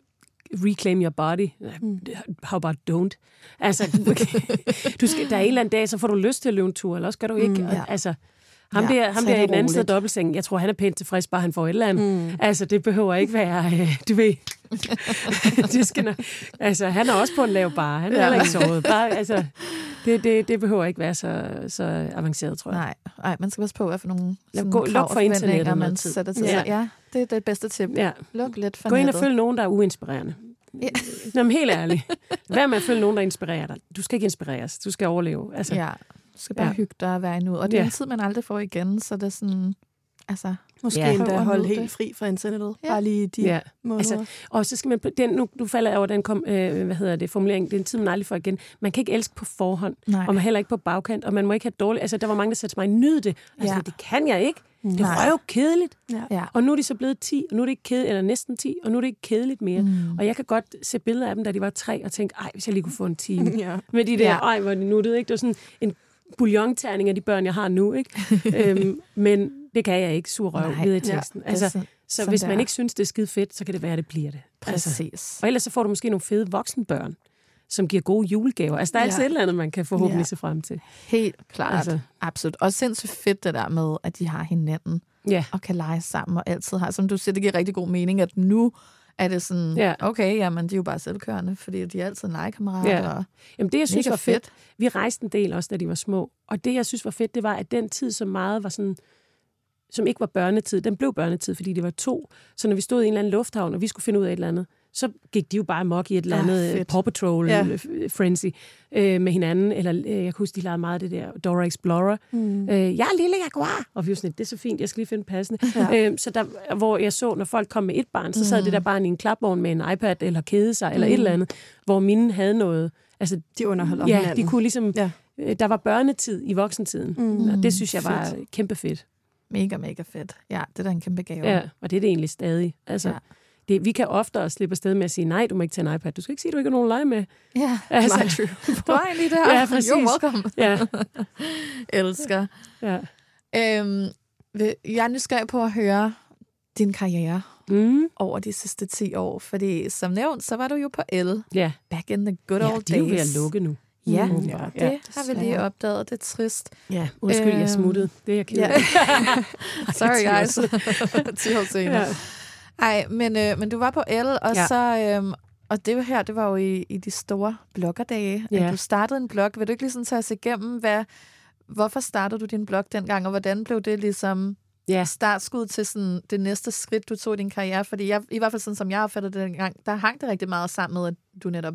Speaker 6: reclaim your body. How about don't? Altså, okay. du skal, der er en eller anden dag, så får du lyst til at løbe en tur, eller også gør du ikke. Mm, ja. Altså, ham ja, der, ham der i den anden side af dobbeltsengen, jeg tror, han er pænt tilfreds, bare han får et eller andet. Mm. Altså, det behøver ikke være, øh, du ved... det skal nok, altså, han er også på en lav bar. Han er ja. heller ikke sovet. Bare, altså, det, det, det behøver ikke være så, så avanceret, tror jeg.
Speaker 5: Nej, nej, man skal passe på, hvad for nogle
Speaker 6: Gå, luk for internettet,
Speaker 5: man sætter til. Ja. ja, det er det bedste tip. Ja. Luk lidt for
Speaker 6: Gå ind
Speaker 5: nettet.
Speaker 6: og følg nogen, der er uinspirerende. Ja. Nå, men helt ærligt. Vær med at følge nogen, der inspirerer dig. Du skal ikke inspireres. Du skal overleve. Altså,
Speaker 5: ja, du skal bare ja. hygge dig og være nu. Og det er ja. en tid, man aldrig får igen, så det er sådan... Altså,
Speaker 7: måske ja. endda holde helt fri fra internettet. Ja. Bare lige de ja. måneder. Altså,
Speaker 6: og så skal man... Den, nu, nu falder jeg over den kom, øh, hvad hedder det, formulering. Det er en tid, man aldrig får igen. Man kan ikke elske på forhånd. Nej. Og man heller ikke på bagkant. Og man må ikke have dårligt... Altså, der var mange, der sagde til mig, nyd det. Altså, ja. det kan jeg ikke. Det var jo kedeligt. Ja. Og nu er de så blevet ti, og nu er det ikke kedeligt, eller næsten ti, og nu er det ikke kedeligt mere. Mm. Og jeg kan godt se billeder af dem, da de var tre, og tænke, ej, hvis jeg lige kunne få en time. ja. Med de der, ja. ej, hvor er de nuttede, ikke? Det var sådan en bouillonterning af de børn, jeg har nu, ikke? øhm, men det kan jeg ikke, sur røv, videre i teksten. Ja, altså, så hvis man der. ikke synes, det er skide fedt, så kan det være, det bliver det.
Speaker 5: Præcis.
Speaker 6: Altså. Og ellers så får du måske nogle fede voksenbørn, som giver gode julegaver. Altså, der er ja. altid et eller andet, man kan forhåbentlig ja. se frem til.
Speaker 5: Helt klart. Altså. Absolut. Og sindssygt fedt det der med, at de har hinanden ja. og kan lege sammen og altid har. Som du siger, det giver rigtig god mening, at nu er det sådan, ja. okay, jamen, de er jo bare selvkørende, fordi de er altid legekammerater. Ja.
Speaker 6: Jamen, det, jeg synes var fedt, fedt, vi rejste en del også, da de var små. Og det, jeg synes var fedt, det var, at den tid, som meget var sådan, som ikke var børnetid, den blev børnetid, fordi det var to. Så når vi stod i en eller anden lufthavn, og vi skulle finde ud af et eller andet, så gik de jo bare mok i et eller andet ah, Paw Patrol ja. frenzy øh, med hinanden. Eller øh, jeg kan huske, de lavede meget det der Dora Explorer. Mm. Øh, jeg er lille jaguar. Og vi var sådan, det er så fint, jeg skal lige finde passende. Ja. Øh, så der, hvor jeg så, når folk kom med et barn, så sad mm. det der barn i en klapvogn med en iPad, eller kede sig, mm. eller et eller andet, hvor mine havde noget. Altså,
Speaker 7: de underholder
Speaker 6: ja,
Speaker 7: hinanden.
Speaker 6: de kunne ligesom... Ja. øh, der var børnetid i voksentiden. Mm. Og det synes jeg var fedt. Kæmpe fedt.
Speaker 5: Mega, mega fedt. Ja, det er da en kæmpe gave.
Speaker 6: Ja, og det er det egentlig stadig. Altså, ja. det, vi kan ofte slippe afsted med at sige, nej, du må ikke tage en iPad. Du skal ikke sige, du ikke har nogen lege med.
Speaker 5: Ja,
Speaker 6: altså,
Speaker 5: nej, true. Du er egentlig der.
Speaker 6: Ja, præcis.
Speaker 5: You're welcome.
Speaker 6: Ja.
Speaker 5: Elsker.
Speaker 6: Ja.
Speaker 5: Øhm, jeg er nysgerrig på at høre din karriere mm. over de sidste ti år. Fordi som nævnt, så var du jo på Elle.
Speaker 6: Ja.
Speaker 5: Back in the good old days.
Speaker 6: Ja, de er jo ved at lukke nu.
Speaker 5: Ja,
Speaker 6: mm,
Speaker 5: ja, det ja. har vi lige opdaget. Det er trist.
Speaker 6: Ja, undskyld, øhm, jeg smuttede. Det er jeg ked af.
Speaker 5: Sorry, guys. ti år senere. Ja. Ej, men, øh, men du var på Elle, og ja. så... Øhm, og det var her, det var jo i, i de store bloggerdage. Ja. Du startede en blog. Vil du ikke ligesom tage os igennem, hvad, hvorfor startede du din blog dengang, og hvordan blev det ligesom ja. startskud til sådan det næste skridt, du tog i din karriere? Fordi jeg, i hvert fald sådan, som jeg opfattede det dengang, der hang det rigtig meget sammen med, at du netop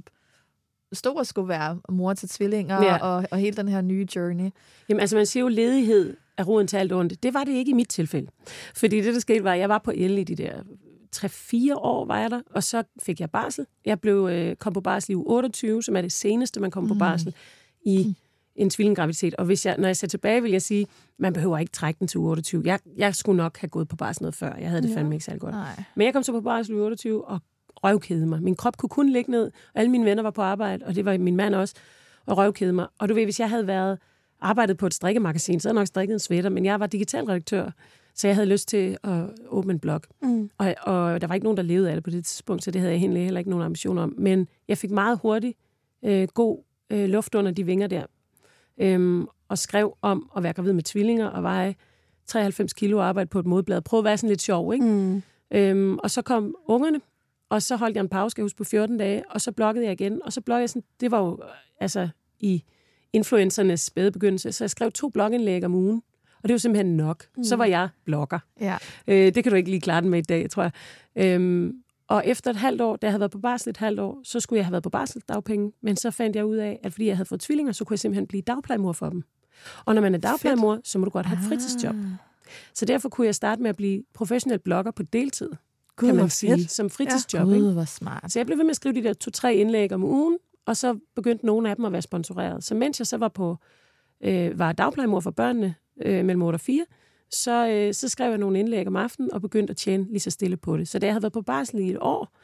Speaker 5: stod og skulle være mor til tvillinger, ja. og, og hele den her nye journey.
Speaker 6: Jamen altså, man siger jo, ledighed er roden til alt ondt. Det var det ikke i mit tilfælde. Fordi det, der skete, var, at jeg var på Elle i de der tre-fire år, var jeg der, og så fik jeg barsel. Jeg blev, øh, kom på barsel i uge otteogtyve, som er det seneste, man kommer mm. på barsel i mm. en tvillinggraviditet. Og hvis jeg, når jeg ser tilbage, vil jeg sige, man behøver ikke trække den til uge otteogtyve. Jeg, jeg skulle nok have gået på barsel noget før. Jeg havde det ja. fandme ikke særlig godt. Nej. Men jeg kom så på barsel i uge otteogtyve, og røvkædede mig. Min krop kunne kun ligge ned, og alle mine venner var på arbejde, og det var min mand også, og røvkædede mig. Og du ved, hvis jeg havde været arbejdet på et strikkemagasin, så havde jeg nok strikket en sweater, men jeg var digitalredaktør, så jeg havde lyst til at åbne en blog. Mm. Og, og der var ikke nogen, der levede af det på det tidspunkt, så det havde jeg egentlig heller ikke nogen ambitioner om. Men jeg fik meget hurtigt øh, god øh, luft under de vinger der, øhm, og skrev om at være gravid med tvillinger, og veje treoghalvfems kilo og arbejde på et modeblad. Prøv at være sådan lidt sjov, ikke? Mm. Øhm, og så kom ungerne, og så holdt jeg en pause, skal jeg huske, på fjorten dage, og så bloggede jeg igen, og så bloggede jeg sådan, det var jo altså i influencernes spæde begyndelse, så jeg skrev to blogindlæg om ugen, og det var simpelthen nok. Mm. Så var jeg blogger. Ja. Øh, det kan du ikke lige klare den med i dag, tror jeg. Øhm, og efter et halvt år, da jeg havde været på barsel et halvt år, så skulle jeg have været på barselsdagpenge, men så fandt jeg ud af, at fordi jeg havde fået tvillinger, så kunne jeg simpelthen blive dagplejemor for dem. Og når man er dagplejemor, så må du godt have et fritidsjob. Ah. Så derfor kunne jeg starte med at blive professionel blogger på deltid. God, kan man sige, fedt. Som fritidsjob. Ja.
Speaker 5: Gud, hvor smart.
Speaker 6: Så jeg blev ved med at skrive de der to-tre indlæg om ugen, og så begyndte nogle af dem at være sponsoreret. Så mens jeg så var på øh, var dagplejemor for børnene øh, mellem otte og fire, så, øh, så skrev jeg nogle indlæg om aftenen og begyndte at tjene lige så stille på det. Så da jeg havde været på barsel i et år,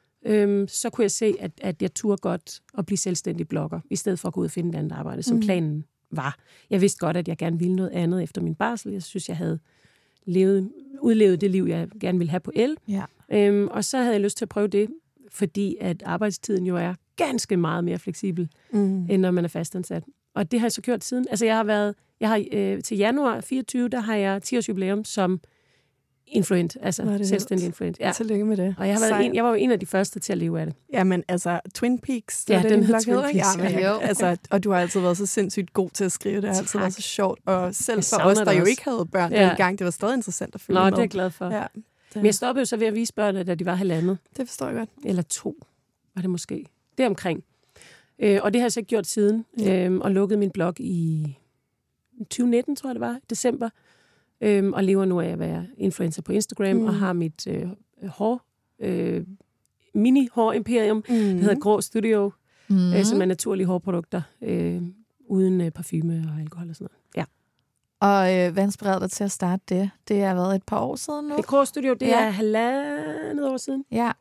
Speaker 6: øh, så kunne jeg se, at, at jeg turde godt at blive selvstændig blogger, i stedet for at gå ud og finde et andet arbejde, som mm. planen var. Jeg vidste godt, at jeg gerne ville noget andet efter min barsel. Jeg synes, jeg havde levet, udlevet det liv, jeg gerne ville have på Elle. Ja. Øhm, og så havde jeg lyst til at prøve det, fordi at arbejdstiden jo er ganske meget mere fleksibel, mm. end når man er fastansat. Og det har jeg så gjort siden. Altså jeg har været, jeg har øh, til januar fireogtyve, der har jeg ti års jubilæum som influent, altså selvstændig influent. Ja.
Speaker 7: Tillykke med det.
Speaker 6: Og jeg, har været en, jeg var jo en af de første til at leve af det.
Speaker 7: Jamen altså, Twin Peaks,
Speaker 6: ja,
Speaker 7: det
Speaker 6: den
Speaker 7: hedder
Speaker 6: Twin Peaks.
Speaker 7: Ja, men, ja. Altså, og du har altid været så sindssygt god til at skrive. Det har altid været så sjovt. Og selv for os, der jo ikke havde børn ja. dengang, det var stadig interessant at følge
Speaker 6: Nå,
Speaker 7: med.
Speaker 6: det er jeg glad for. Ja, men jeg stoppede jo så ved at vise børnene, da de var halvandet.
Speaker 7: Det forstår jeg godt.
Speaker 6: Eller to, var det måske. Det omkring. Øh, og det har jeg så ikke gjort siden. Ja. Øh, og lukket min blog i tyve nitten, tror jeg det var, december. Øhm, og lever nu af at være influencer på Instagram, mm. og har mit øh, hår, øh, mini-hår-imperium, mm. det hedder Grå Studio, mm. øh, som er naturlige hårprodukter, øh, uden øh, parfume og alkohol og sådan noget. Ja.
Speaker 5: Og øh, hvad inspirerede dig til at starte det? Det har været et par år siden nu.
Speaker 6: Det Grå Studio, det ja. er halvandet år siden.
Speaker 5: Ja.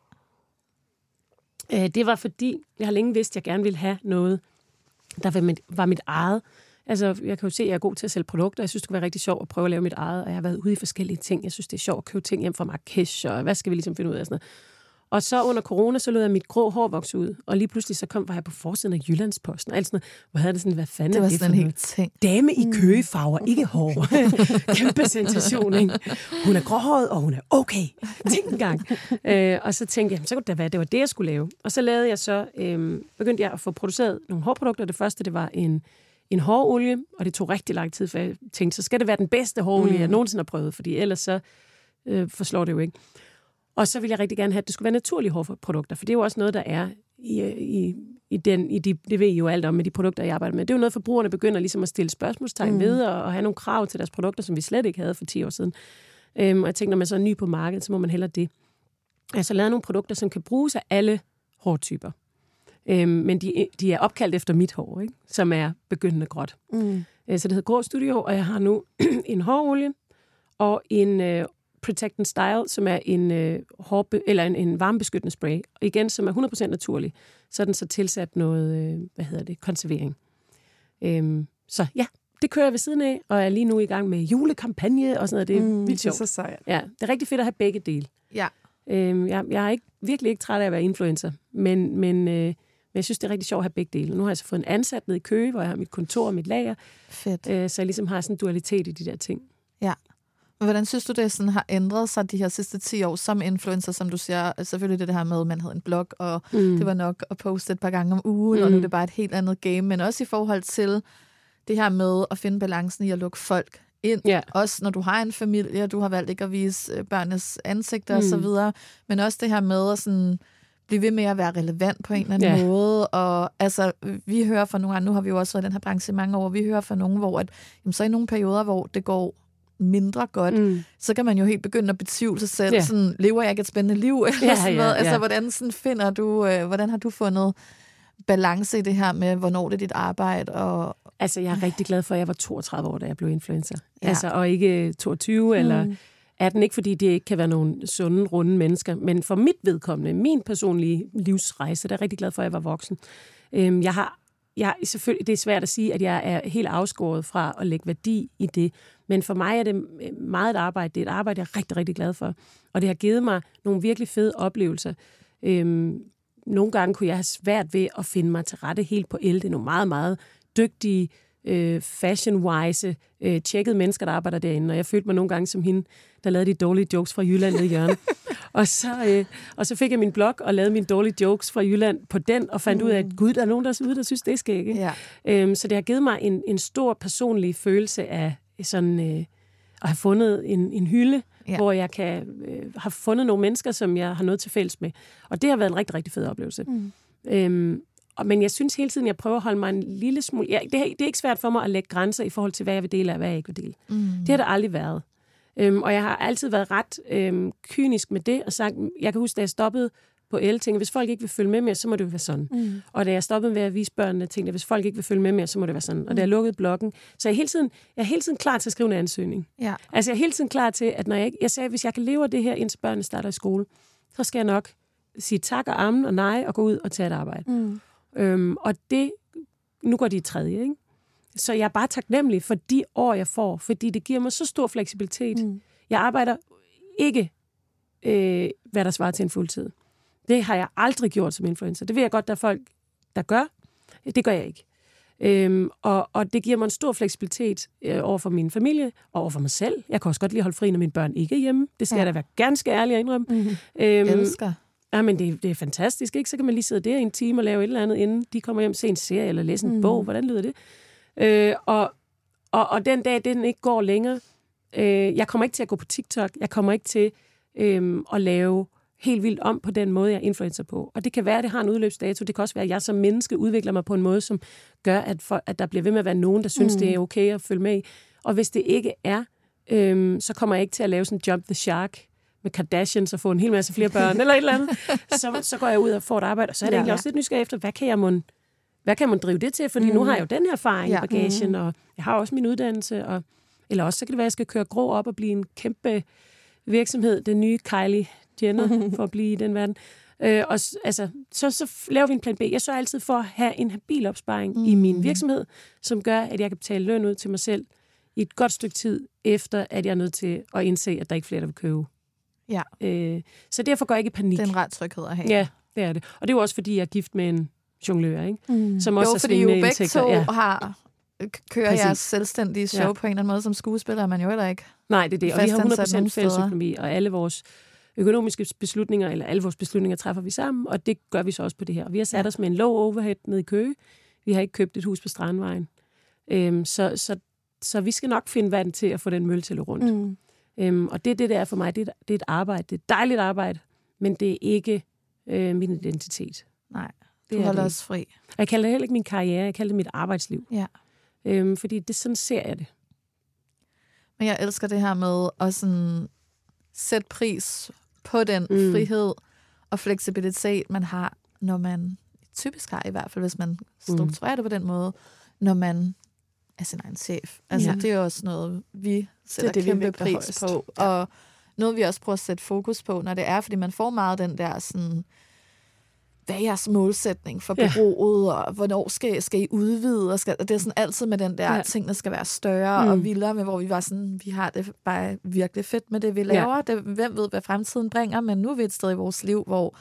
Speaker 6: Øh, det var fordi, jeg har længe vidst, at jeg gerne ville have noget, der var mit, var mit eget. Altså, jeg kan jo se, at jeg er god til at sælge produkter. Jeg synes, det kunne være rigtig sjovt at prøve at lave mit eget. Og jeg har været ude i forskellige ting. Jeg synes, det er sjovt at købe ting hjem fra Marrakesh, og hvad skal vi ligesom finde ud af? Sådan noget. Og så under corona, så lod jeg mit grå hår vokse ud. Og lige pludselig, så kom var jeg på forsiden af Jyllandsposten. Og alt sådan noget. Hvor havde det sådan, hvad fanden
Speaker 5: det var
Speaker 6: er det
Speaker 5: sådan en helt ting.
Speaker 6: Dame i køgefarver, ikke hår. Kæmpe sensation, ikke? Hun er gråhåret, og hun er okay. Tænk en gang. Øh, og så tænkte jeg, så kunne det da være, det var det, jeg skulle lave. Og så lavede jeg så, øh, begyndte jeg at få produceret nogle hårprodukter. Det første, det var en en hårolie, og det tog rigtig lang tid, for jeg tænkte, så skal det være den bedste hårolie, mm. jeg nogensinde har prøvet, fordi ellers så øh, forslår det jo ikke. Og så ville jeg rigtig gerne have, at det skulle være naturlige hårprodukter, for det er jo også noget, der er i, i, i den, i de, det ved I jo alt om med de produkter, jeg arbejder med. Det er jo noget, forbrugerne begynder ligesom at stille spørgsmålstegn mm. ved, og, og have nogle krav til deres produkter, som vi slet ikke havde for ti år siden. Øhm, og jeg tænkte, når man så er ny på markedet, så må man hellere det. Jeg har så lavet nogle produkter, som kan bruges af alle hårtyper. Øhm, men de, de er opkaldt efter mit hår, ikke? Som er begyndende gråt. Mm. Så det hedder Grå Studio, og jeg har nu en hårolie og en øh, Protect and Style, som er en, øh, hårbe- eller en, en varmebeskyttende spray. Og igen, som er hundrede procent naturlig. Så er den så tilsat noget, øh, hvad hedder det, konservering. Øhm, så ja, det kører jeg ved siden af, og er lige nu i gang med julekampagne og sådan noget. Det er mm, vildt sjovt.
Speaker 7: Det er så sejt.
Speaker 6: Ja, det er rigtig fedt at have begge dele.
Speaker 5: Ja.
Speaker 6: Øhm, jeg, jeg er ikke, virkelig ikke træt af at være influencer, men, men, øh, men jeg synes, det er rigtig sjovt at have begge dele. Nu har jeg så fået en ansat ned i Køge, hvor jeg har mit kontor og mit lager.
Speaker 5: Fedt.
Speaker 6: Øh, så jeg ligesom har sådan en dualitet i de der ting.
Speaker 5: Ja. Men hvordan synes du, det sådan har ændret sig de her sidste ti år som influencer, som du siger? Selvfølgelig det, det her med, at man havde en blog, og mm. det var nok at poste et par gange om ugen, mm. og nu er det bare et helt andet game. Men også i forhold til det her med at finde balancen i at lukke folk ind. Yeah. Også når du har en familie, du har valgt ikke at vise børnenes ansigter mm. og så videre. Men også det her med at sådan blive ved med at være relevant på en eller anden yeah. måde. Og altså, vi hører fra nogle andre, nu har vi jo også været i den her branche i mange år, vi hører fra nogen, hvor at, jamen, så i nogle perioder, hvor det går mindre godt, mm. så kan man jo helt begynde at betvivle sig selv. Yeah. Sådan, lever jeg ikke et spændende liv? Eller yeah, sådan noget? Yeah, altså, yeah. hvordan sådan finder du, øh, hvordan har du fundet balance i det her med, hvornår det er dit arbejde? Og
Speaker 6: altså, jeg er rigtig glad for, at jeg var toogtredive år, da jeg blev influencer. Ja. Altså, og ikke toogtyve mm. eller atten. Ikke fordi det ikke kan være nogle sunde, runde mennesker, men for mit vedkommende, min personlige livsrejse, der er jeg rigtig glad for, at jeg var voksen. Øhm, jeg har, jeg, selvfølgelig, det er svært at sige, at jeg er helt afskåret fra at lægge værdi i det, men for mig er det meget et arbejde. Det er et arbejde, jeg er rigtig, rigtig glad for. Og det har givet mig nogle virkelig fede oplevelser. Øhm, nogle gange kunne jeg have svært ved at finde mig til rette helt på el. Det er nogle meget, meget dygtige, øh, fashion-wise, øh, tjekkede mennesker, der arbejder derinde. Og jeg følte mig nogle gange som hende, der lavede de dårlige jokes fra Jylland nede i hjørnet. og, så, øh, og så fik jeg min blog og lavede mine dårlige jokes fra Jylland på den, og fandt mm. ud af, at gud, der er nogen, der er ude, der synes, det er skægt. Ja. Øhm, så det har givet mig en, en stor personlig følelse af sådan, øh, at have fundet en, en hylde, ja. hvor jeg kan øh, have fundet nogle mennesker, som jeg har noget til fælles med. Og det har været en rigtig, rigtig fed oplevelse. Mm. Øhm, og, men jeg synes hele tiden, jeg prøver at holde mig en lille smule... Ja, det, det er ikke svært for mig at lægge grænser i forhold til, hvad jeg vil dele og hvad jeg ikke vil dele. Mm. Det har der aldrig været. Øhm, og jeg har altid været ret øhm, kynisk med det, og sagt, jeg kan huske, da jeg stoppede på el, tænkte, hvis folk ikke vil følge med mere, så må det jo være sådan. Mm. Og da jeg stoppede med at vise børnene, tænkte jeg, hvis folk ikke vil følge med mere, så må det være sådan. Og da jeg lukkede bloggen, så jeg er hele tiden, jeg er hele tiden klar til at skrive en ansøgning. Ja. Altså jeg er hele tiden klar til, at når jeg, jeg sagde, hvis jeg kan leve af det her, indtil børnene starter i skole, så skal jeg nok sige tak og amen og nej, og gå ud og tage et arbejde. Mm. Øhm, og det, nu går de i tredje, ikke? Så jeg er bare taknemmelig for de år, jeg får, fordi det giver mig så stor fleksibilitet. Mm. Jeg arbejder ikke, øh, hvad der svarer til en fuldtid. Det har jeg aldrig gjort som influencer. Det ved jeg godt, der er folk, der gør. Det gør jeg ikke. Øhm, og, og det giver mig en stor fleksibilitet øh, over for min familie og over for mig selv. Jeg kan også godt lide at holde fri, når mine børn ikke er hjemme. Det skal ja. jeg da være ganske ærlig at indrømme. Mm-hmm. Øhm,
Speaker 5: Elsker.
Speaker 6: Ja, men det, det er fantastisk, ikke? Så kan man lige sidde der i en time og lave et eller andet, inden de kommer hjem, se en serie eller læse en mm. bog. Hvordan lyder det? Øh, og, og, og den dag, den ikke går længere. Øh, jeg kommer ikke til at gå på TikTok. Jeg kommer ikke til øh, at lave helt vildt om på den måde, jeg influencer på. Og det kan være, at det har en udløbsdato. Det kan også være, at jeg som menneske udvikler mig på en måde, som gør, at, for, at der bliver ved med at være nogen, der synes, mm. det er okay at følge med i. Og hvis det ikke er, øhm, så kommer jeg ikke til at lave sådan Jump the Shark med Kardashians og få en hel masse flere børn, eller et eller andet. Så, så går jeg ud og får et arbejde, og så er det ja, egentlig ja. også lidt nysgerrig efter, hvad kan jeg mon, hvad kan man drive det til? Fordi mm. nu har jeg jo den her erfaring ja. i bagagen, mm. og jeg har også min uddannelse, og, eller også så kan det være, at jeg skal køre grå op og blive en kæmpe virksomhed, den nye Kylie Jenner, for at blive i den verden. Øh, og altså, så, så laver vi en plan B. Jeg sørger altid for at have en habil opsparing mm. i min virksomhed, som gør, at jeg kan betale løn ud til mig selv i et godt stykke tid, efter at jeg er nødt til at indse, at der ikke er flere, der vil købe. Ja. Øh, så derfor går jeg ikke i panik.
Speaker 5: Det er en ret tryghed at have.
Speaker 6: Ja, det er det. Og det er jo også, fordi jeg er gift med en jonglør, ikke? Mm. Som også
Speaker 5: jo,
Speaker 6: er
Speaker 5: fordi jo begge
Speaker 6: indtægter.
Speaker 5: to
Speaker 6: ja.
Speaker 5: har... kører Præcis. jeres selvstændige show ja. på en eller anden måde. Som skuespiller er man jo heller ikke.
Speaker 6: Nej, det er det. Og vi har hundrede procent fælles økonomi, og alle vores økonomiske beslutninger, eller alle vores beslutninger træffer vi sammen, og det gør vi så også på det her. Og vi har sat ja. os med en low overhead ned i Køge. Vi har ikke købt et hus på Strandvejen. Øhm, så, så, så vi skal nok finde vand til at få den mølle til at rundt. Mm. Øhm, og det er det, der er for mig. Det er, det er et arbejde. Det er et dejligt arbejde, men det er ikke øh, min identitet.
Speaker 5: Nej, du det holder os fri.
Speaker 6: Og jeg kalder det heller ikke min karriere, jeg kalder det mit arbejdsliv.
Speaker 5: Ja.
Speaker 6: Øhm, fordi det, sådan ser jeg det.
Speaker 5: Men jeg elsker det her med at sådan sætte pris på den mm. frihed og fleksibilitet, man har, når man typisk har, i hvert fald hvis man strukturerer det på den måde, når man er sin egen chef. Altså, ja. Det er jo også noget, vi sætter det, det, kæmpe pris på, ja. Og noget, vi også prøver at sætte fokus på, når det er, fordi man får meget den der sådan, hvad er jeres målsætning for bureauet, ja. Og hvornår skal, skal I udvide, og, skal, og det er sådan altid med den der, ja. Ting, der skal være større mm. og vildere, med hvor vi var sådan, vi har det bare virkelig fedt med det, vi laver. Ja. Det, hvem ved, hvad fremtiden bringer, men nu er vi et sted i vores liv, hvor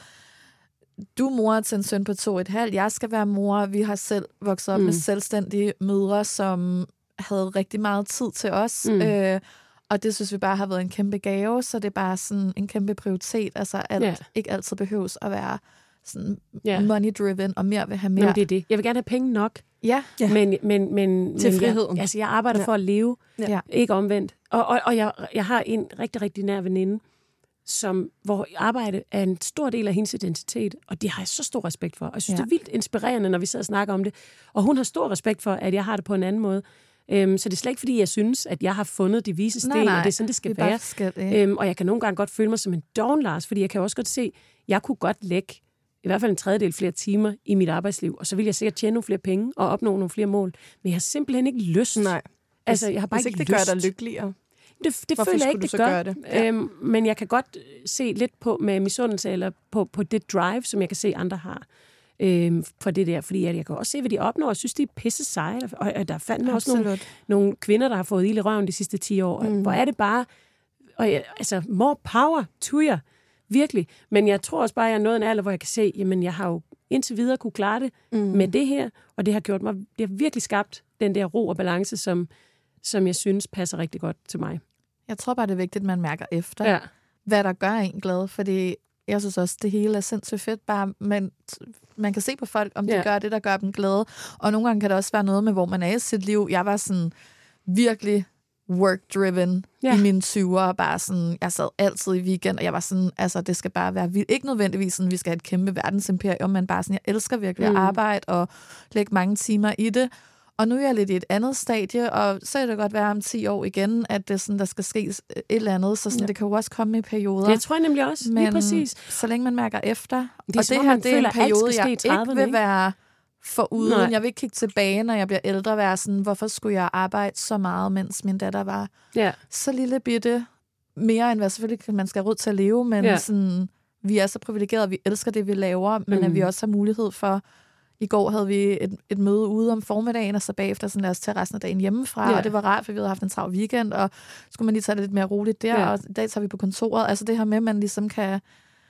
Speaker 5: du er mor til en søn på to og et halvt, jeg skal være mor, vi har selv vokset op mm. med selvstændige mødre, som havde rigtig meget tid til os, mm. øh, og det synes vi bare har været en kæmpe gave, så det er bare sådan en kæmpe prioritet, altså alt ja. Ikke altid behøves at være sådan yeah. money-driven, og mere vil have mere.
Speaker 6: Jamen, det er det. Jeg vil gerne have penge nok.
Speaker 5: Ja.
Speaker 6: ja. Men, men, men,
Speaker 5: til
Speaker 6: men
Speaker 5: friheden.
Speaker 6: Jeg, altså, jeg arbejder ja. For at leve, ja. Ikke omvendt. Og, og, og jeg, jeg har en rigtig, rigtig nær veninde, som, hvor arbejde er en stor del af hendes identitet, og det har jeg så stor respekt for. Og jeg synes, ja. Det er vildt inspirerende, når vi sidder og snakker om det. Og hun har stor respekt for, at jeg har det på en anden måde. Øhm, så det er slet ikke, fordi jeg synes, at jeg har fundet de vise sten, nej, nej. Og det er sådan, det skal det være. Skal, ja. øhm, og jeg kan nogle gange godt føle mig som en doven, Lars, fordi jeg kan også godt se, at jeg kunne godt lægge i hvert fald en tredjedel flere timer i mit arbejdsliv, og så vil jeg sikkert tjene nogle flere penge og opnå nogle flere mål. Men jeg har simpelthen ikke lyst.
Speaker 7: Nej.
Speaker 6: Altså, jeg har bare
Speaker 7: Hvis
Speaker 6: ikke
Speaker 7: ikke det lyst. Gør dig lykkeligere.
Speaker 6: Det, det føler jeg ikke, det gør. Det? Ja. Øhm, men jeg kan godt se lidt på med misundelse, eller på, på det drive, som jeg kan se, andre har øhm, for det der. Fordi jeg, jeg kan også se, hvad de opnår, og synes, de er pisse seje. Og, og der fandt også nogle, nogle kvinder, der har fået ild i røven de sidste ti år. Mm. Hvor er det bare... Og, altså, more power to jer. Virkelig. Men jeg tror også bare, at jeg er nået en alder, hvor jeg kan se, jamen jeg har jo indtil videre kunne klare det mm. med det her, og det har gjort mig, det har virkelig skabt den der ro og balance, som, som jeg synes passer rigtig godt til mig.
Speaker 5: Jeg tror bare, det er vigtigt, at man mærker efter, ja. Hvad der gør en glad, fordi jeg synes også, det hele er sindssygt fedt, bare man, man kan se på folk, om de ja. Gør det, der gør dem glade, og nogle gange kan det også være noget med, hvor man er i sit liv. Jeg var sådan virkelig work-driven ja. I mine tyvere, bare sådan, jeg sad altid i weekend, og jeg var sådan, altså, det skal bare være vildt. Ikke nødvendigvis sådan, vi skal have et kæmpe verdensimperium, men bare sådan, jeg elsker virkelig mm. at arbejde og lægge mange timer i det. Og nu er jeg lidt i et andet stadie, og så kan det godt være om ti år igen, at det sådan, der skal ske et eller andet, så sådan, ja. Det kan jo også komme i perioder.
Speaker 6: Det tror jeg nemlig også,
Speaker 5: men
Speaker 6: lige præcis.
Speaker 5: Så længe man mærker efter,
Speaker 6: det er,
Speaker 5: og det her, det er en periode, jeg ikke vil
Speaker 6: ikke?
Speaker 5: være foruden. Nej. Jeg vil ikke kigge tilbage, når jeg bliver ældre, være sådan, hvorfor skulle jeg arbejde så meget, mens min datter var ja. Så lille bitte, mere end hvad selvfølgelig man skal have råd til at leve, men ja. Sådan, vi er så privilegerede, vi elsker det, vi laver, men mm. at vi også har mulighed for, i går havde vi et, et møde ude om formiddagen, og så bagefter sådan, lad os tage resten af dagen hjemmefra, ja. Og det var rart, for vi havde haft en travl weekend, og skulle man lige tage det lidt mere roligt der, ja. Og i dag tager vi på kontoret, altså det her med, at man ligesom kan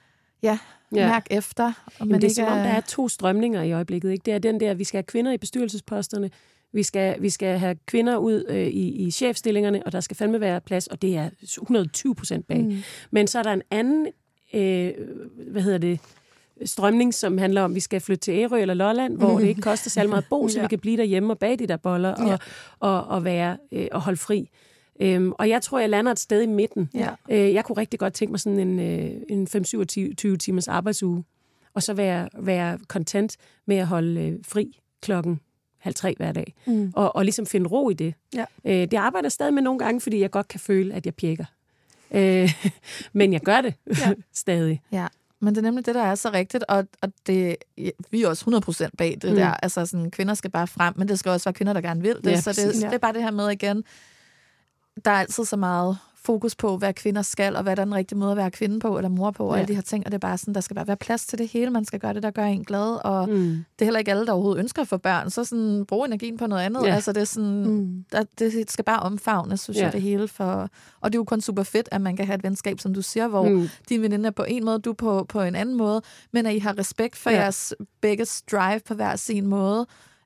Speaker 5: ja, ja. Mærke efter. Og man
Speaker 6: det er
Speaker 5: ikke
Speaker 6: som om, der er to strømninger i øjeblikket. Ikke? Det er den der, vi skal have kvinder i bestyrelsesposterne, vi skal, vi skal have kvinder ud øh, i, i chefstillingerne, og der skal fandme være plads, og det er hundrede og tyve procent bag. Mm. Men så er der en anden, øh, hvad hedder det, strømning, som handler om, at vi skal flytte til Ærø eller Lolland, hvor mm. det ikke koster særlig meget bo, så ja. Vi kan blive derhjemme og bage de der boller og, ja. og, og, være, øh, og holde fri. Øhm, og jeg tror, jeg lander et sted i midten. Ja. Øh, jeg kunne rigtig godt tænke mig sådan en, øh, en fem til syvogtyve timers arbejdsuge, og så være, være content med at holde øh, fri klokken halv tre hver dag, mm. og, og ligesom finde ro i det. Ja. Øh, det arbejder jeg stadig med nogle gange, fordi jeg godt kan føle, at jeg pjekker. Øh, men jeg gør det ja. Stadig.
Speaker 5: Ja. Men det er nemlig det, der er så rigtigt, og, og det, vi er også hundrede procent bag det mm. der. Altså, sådan, kvinder skal bare frem, men det skal også være kvinder, der gerne vil det. Ja, så det, ja. Det er bare det her med igen, der er altid så meget fokus på, hvad kvinder skal, og hvad der er den rigtige måde at være kvinde på, eller mor på, og ja. Alle de her ting, og det er bare sådan, der skal bare være plads til det hele, man skal gøre det, der gør en glad, og mm. det er heller ikke alle, der overhovedet ønsker at få børn, så sådan, brug energien på noget andet, ja. Altså det er sådan, mm. der, det skal bare omfavnes, synes ja. Jeg, det hele, for, og det er jo kun super fedt, at man kan have et venskab, som du siger, hvor mm. din veninde er på en måde, du på, på en anden måde, men at I har respekt for ja. Jeres begges drive på hver sin måde.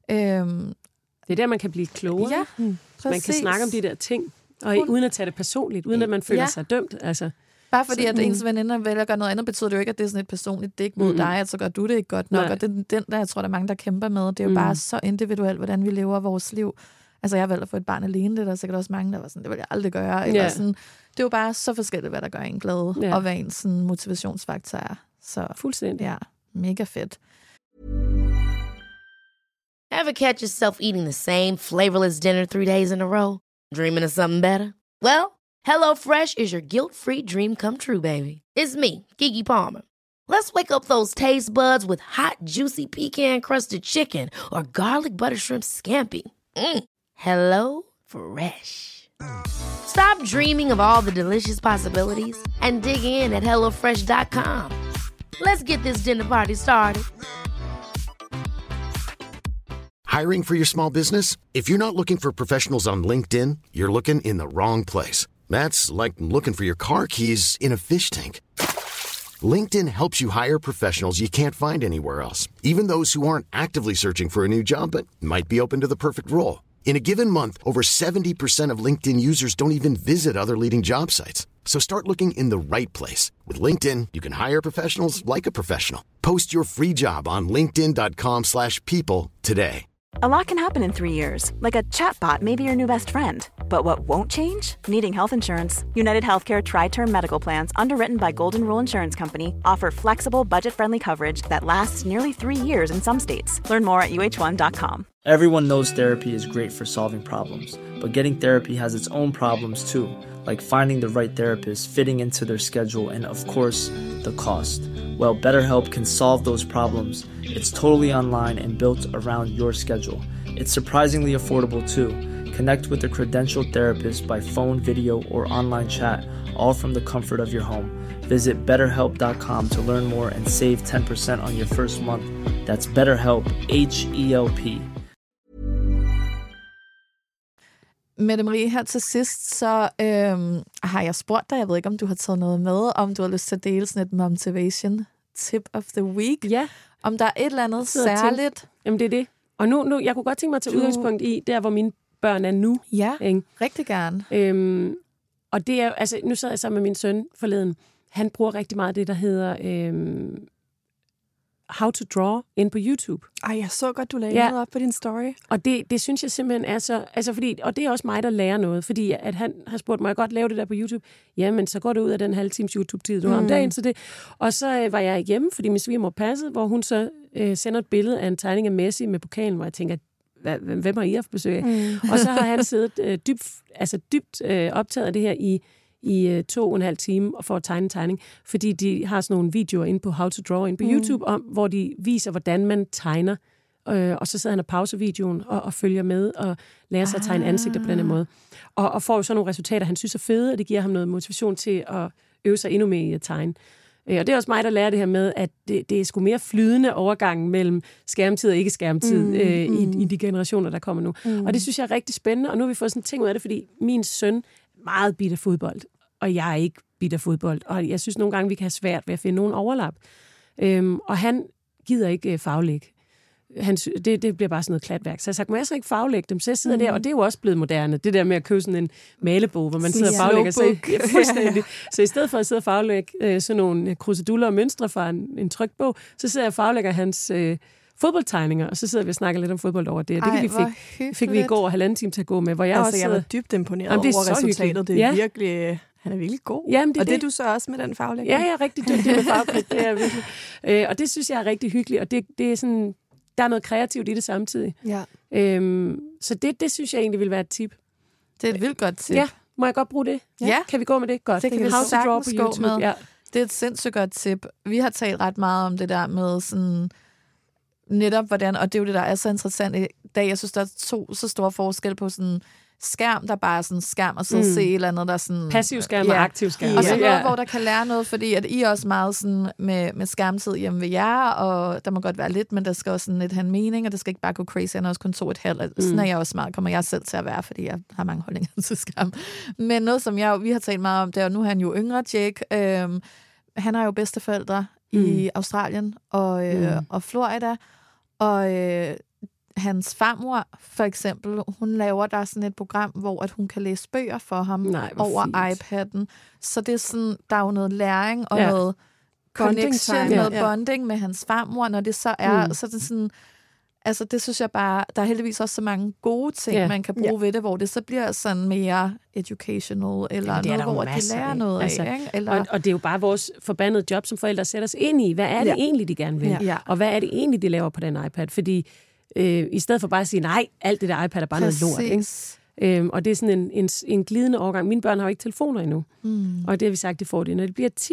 Speaker 5: Øhm,
Speaker 6: det er der, man kan blive klogere.
Speaker 5: Ja, mm.
Speaker 6: Man kan snakke om de der ting, og uden at tage det personligt, uden at man føler ja. Sig dømt. Altså.
Speaker 5: Bare fordi, så, at ens veninder vælger at gøre noget andet, betyder det jo ikke, at det er sådan et personligt dæk mod mm. dig, at så gør du det ikke godt nok. Nej. Og det, den der, jeg tror, der er mange, der kæmper med, det er jo mm. bare så individuelt, hvordan vi lever vores liv. Altså, jeg valgte at få et barn alene, det er der sikkert også mange, der var sådan, det vil jeg aldrig gøre. Eller yeah. sådan. Det er jo bare så forskelligt, hvad der gør en glad, yeah. og hvad en sådan, motivationsfaktor er. Så,
Speaker 6: fuldstændig.
Speaker 5: Ja, mega fedt.
Speaker 1: Ever catch yourself eating the same flavorless dinner three days in a row? Dreaming of something better? Well, HelloFresh is your guilt-free dream come true, baby. It's me, Keke Palmer. Let's wake up those taste buds with hot, juicy pecan-crusted chicken or garlic butter shrimp scampi. Mm. Hello Fresh. Stop dreaming of all the delicious possibilities and dig in at hello fresh dot com. Let's get this dinner party started.
Speaker 4: Hiring for your small business? If you're not looking for professionals on LinkedIn, you're looking in the wrong place. That's like looking for your car keys in a fish tank. LinkedIn helps you hire professionals you can't find anywhere else, even those who aren't actively searching for a new job but might be open to the perfect role. In a given month, over seventy percent of LinkedIn users don't even visit other leading job sites. So start looking in the right place. With LinkedIn, you can hire professionals like a professional. Post your free job on linkedin dot com slash people today.
Speaker 2: A lot can happen in three years, like a chatbot may be your new best friend. But what won't change? Needing health insurance. United Healthcare Tri-Term Medical Plans, underwritten by Golden Rule Insurance Company, offer flexible, budget-friendly coverage that lasts nearly three years in some states. Learn more at U H one dot com.
Speaker 3: Everyone knows therapy is great for solving problems, but getting therapy has its own problems too, like finding the right therapist, fitting into their schedule, and of course, the cost. Well, BetterHelp can solve those problems. It's totally online and built around your schedule. It's surprisingly affordable too. Connect with a credentialed therapist by phone, video, or online chat, all from the comfort of your home. Visit better help dot com to learn more and save ten percent on your first month. That's BetterHelp, H E L P.
Speaker 5: Mette Marie, her til sidst, så øhm, har jeg spurgt dig, jeg ved ikke, om du har taget noget med, om du har lyst til at dele sådan et motivation tip of the week.
Speaker 6: Ja.
Speaker 5: Om der er et eller andet særligt.
Speaker 6: Til. Jamen, det er det. Og nu, nu, jeg kunne godt tænke mig at tage
Speaker 5: du...
Speaker 6: udgangspunkt i, der hvor mine børn er nu.
Speaker 5: Ja,
Speaker 6: ikke?
Speaker 5: Rigtig gerne.
Speaker 6: Øhm, og det er altså, nu sad jeg sammen med min søn forleden. Han bruger rigtig meget det, der hedder øhm, How to Draw ind på YouTube.
Speaker 7: Ej, jeg så godt, du lagde
Speaker 6: ja.
Speaker 7: noget op på din story.
Speaker 6: Og det, det synes jeg simpelthen er så... Altså fordi, og det er også mig, der lærer noget, fordi at han har spurgt, må jeg godt lave det der på YouTube? Jamen, så går det ud af den halve times YouTube-tid, du mm. har om dagen. Så det. Og så øh, var jeg hjemme, fordi min svigermor passede, hvor hun så øh, sender et billede af en tegning af Messi med pokalen, hvor jeg tænker, hvem har I haft besøg af? Mm. Og så har han siddet øh, dybt, altså dybt øh, optaget af det her i... i øh, to og en halv time og for at tegne en tegning, fordi de har sådan nogle videoer inde på How to Draw inde på mm. YouTube, om, hvor de viser, hvordan man tegner, øh, og så sidder han og pauser videoen og, og følger med og lærer sig ah. at tegne ansigter på den måde. Og, og får jo sådan nogle resultater, han synes er fede, og det giver ham noget motivation til at øve sig endnu mere i at tegne. Øh, og det er også mig, der lærer det her med, at det, det er sgu mere flydende overgang mellem skærmtid og ikke skærmtid mm. øh, i, i de generationer, der kommer nu. Mm. Og det synes jeg er rigtig spændende, og nu har vi fået sådan en ting ud af det, fordi min søn meget bitter fodbold, og jeg er ikke bitter fodbold. Og jeg synes nogle gange, vi kan have svært ved at finde nogen overlap. Øhm, og han gider ikke øh, faglægge. Han, det, det bliver bare sådan noget klatværk. Så jeg har sagt, må jeg så ikke faglægge dem? Så jeg sidder mm. der, og det er jo også blevet moderne. Det der med at købe sådan en malebog, hvor man sidder og faglægger. Så, ja, fuldstændig. Så i stedet for at sidde og faglægge øh, sådan nogle kruseduller og mønstre fra en, en trykt bog, så sidder jeg og faglægger hans... Øh, fodboldtegninger, og så sidder vi og snakker lidt om fodbold over det. Og det Ej, vi fik, fik vi i går halvanden time til at gå med, hvor jeg
Speaker 7: altså,
Speaker 6: også
Speaker 7: jeg var dybt imponeret Jamen,
Speaker 6: det er
Speaker 7: over resultatet.
Speaker 6: Hyggeligt.
Speaker 7: Det er
Speaker 6: ja.
Speaker 7: virkelig... Han er virkelig god.
Speaker 6: Jamen, det
Speaker 7: og det er
Speaker 6: det.
Speaker 7: du så også med den faglægning.
Speaker 6: Ja, jeg er rigtig dygtig med faglægning. Det er virkelig. Øh, og det synes jeg er rigtig hyggeligt, og det, det er sådan, der er noget kreativt i det samtidig.
Speaker 5: Ja.
Speaker 6: Øhm, så det, det synes jeg egentlig vil være et tip.
Speaker 5: Det er et vildt godt tip.
Speaker 6: Ja, må jeg godt bruge det?
Speaker 5: Ja.
Speaker 6: Kan vi gå med det? Godt.
Speaker 5: Det kan vi
Speaker 6: How to Draw på YouTube.
Speaker 5: Med.
Speaker 6: Ja.
Speaker 5: Det er et sindssygt godt tip. Vi har talt ret meget om det der med sådan... netop hvordan, og det er jo det, der er så interessant i dag. Jeg synes, der er to så store forskel på sådan skærm, der bare er sådan skærm, og så mm. se et eller andet, der er sådan...
Speaker 6: Passiv skærm
Speaker 5: ja.
Speaker 6: og aktiv skærm.
Speaker 5: Og så noget, ja. hvor der kan lære noget, fordi at I er også meget sådan med, med skærmtid hjemme ved jer, og der må godt være lidt, men der skal også sådan lidt have en mening, og det skal ikke bare gå crazy, og også kun to et halvt. Mm. Sådan er jeg også meget, kommer jeg selv til at være, fordi jeg har mange holdninger til skærm. Men noget, som jeg, vi har talt meget om, det er, nu er han jo yngre, Jake. Øhm, han har jo bedsteforældre mm. i Australien og, øh, mm. og Florida, og øh, hans farmor, for eksempel, hun laver der sådan et program, hvor at hun kan læse bøger for ham
Speaker 6: Nej,
Speaker 5: over
Speaker 6: fint.
Speaker 5: iPad'en. Så det er sådan, der er jo noget læring og
Speaker 6: ja.
Speaker 5: noget connection,
Speaker 6: ja.
Speaker 5: noget
Speaker 6: ja.
Speaker 5: bonding med hans farmor, når det så er,
Speaker 6: mm.
Speaker 5: så det er sådan, altså det synes jeg bare, der er heldigvis også så mange gode ting, ja. man kan bruge ja. ved det, hvor det så bliver sådan mere educational, eller ja, noget, hvor de lærer noget altså, af. Ikke? Eller...
Speaker 6: Og, og det er jo bare vores forbandede job som forældre at sætte os ind i, hvad er det ja. egentlig, de gerne vil? Ja. Og hvad er det egentlig, de laver på den iPad? Fordi øh, i stedet for bare at sige, nej, alt det der iPad er bare Præcis. noget lort. Ikke? Øhm, og det er sådan en, en, en glidende overgang. Mine børn har jo ikke telefoner endnu. Mm. Og det har vi sagt, de får det. Når de bliver ti,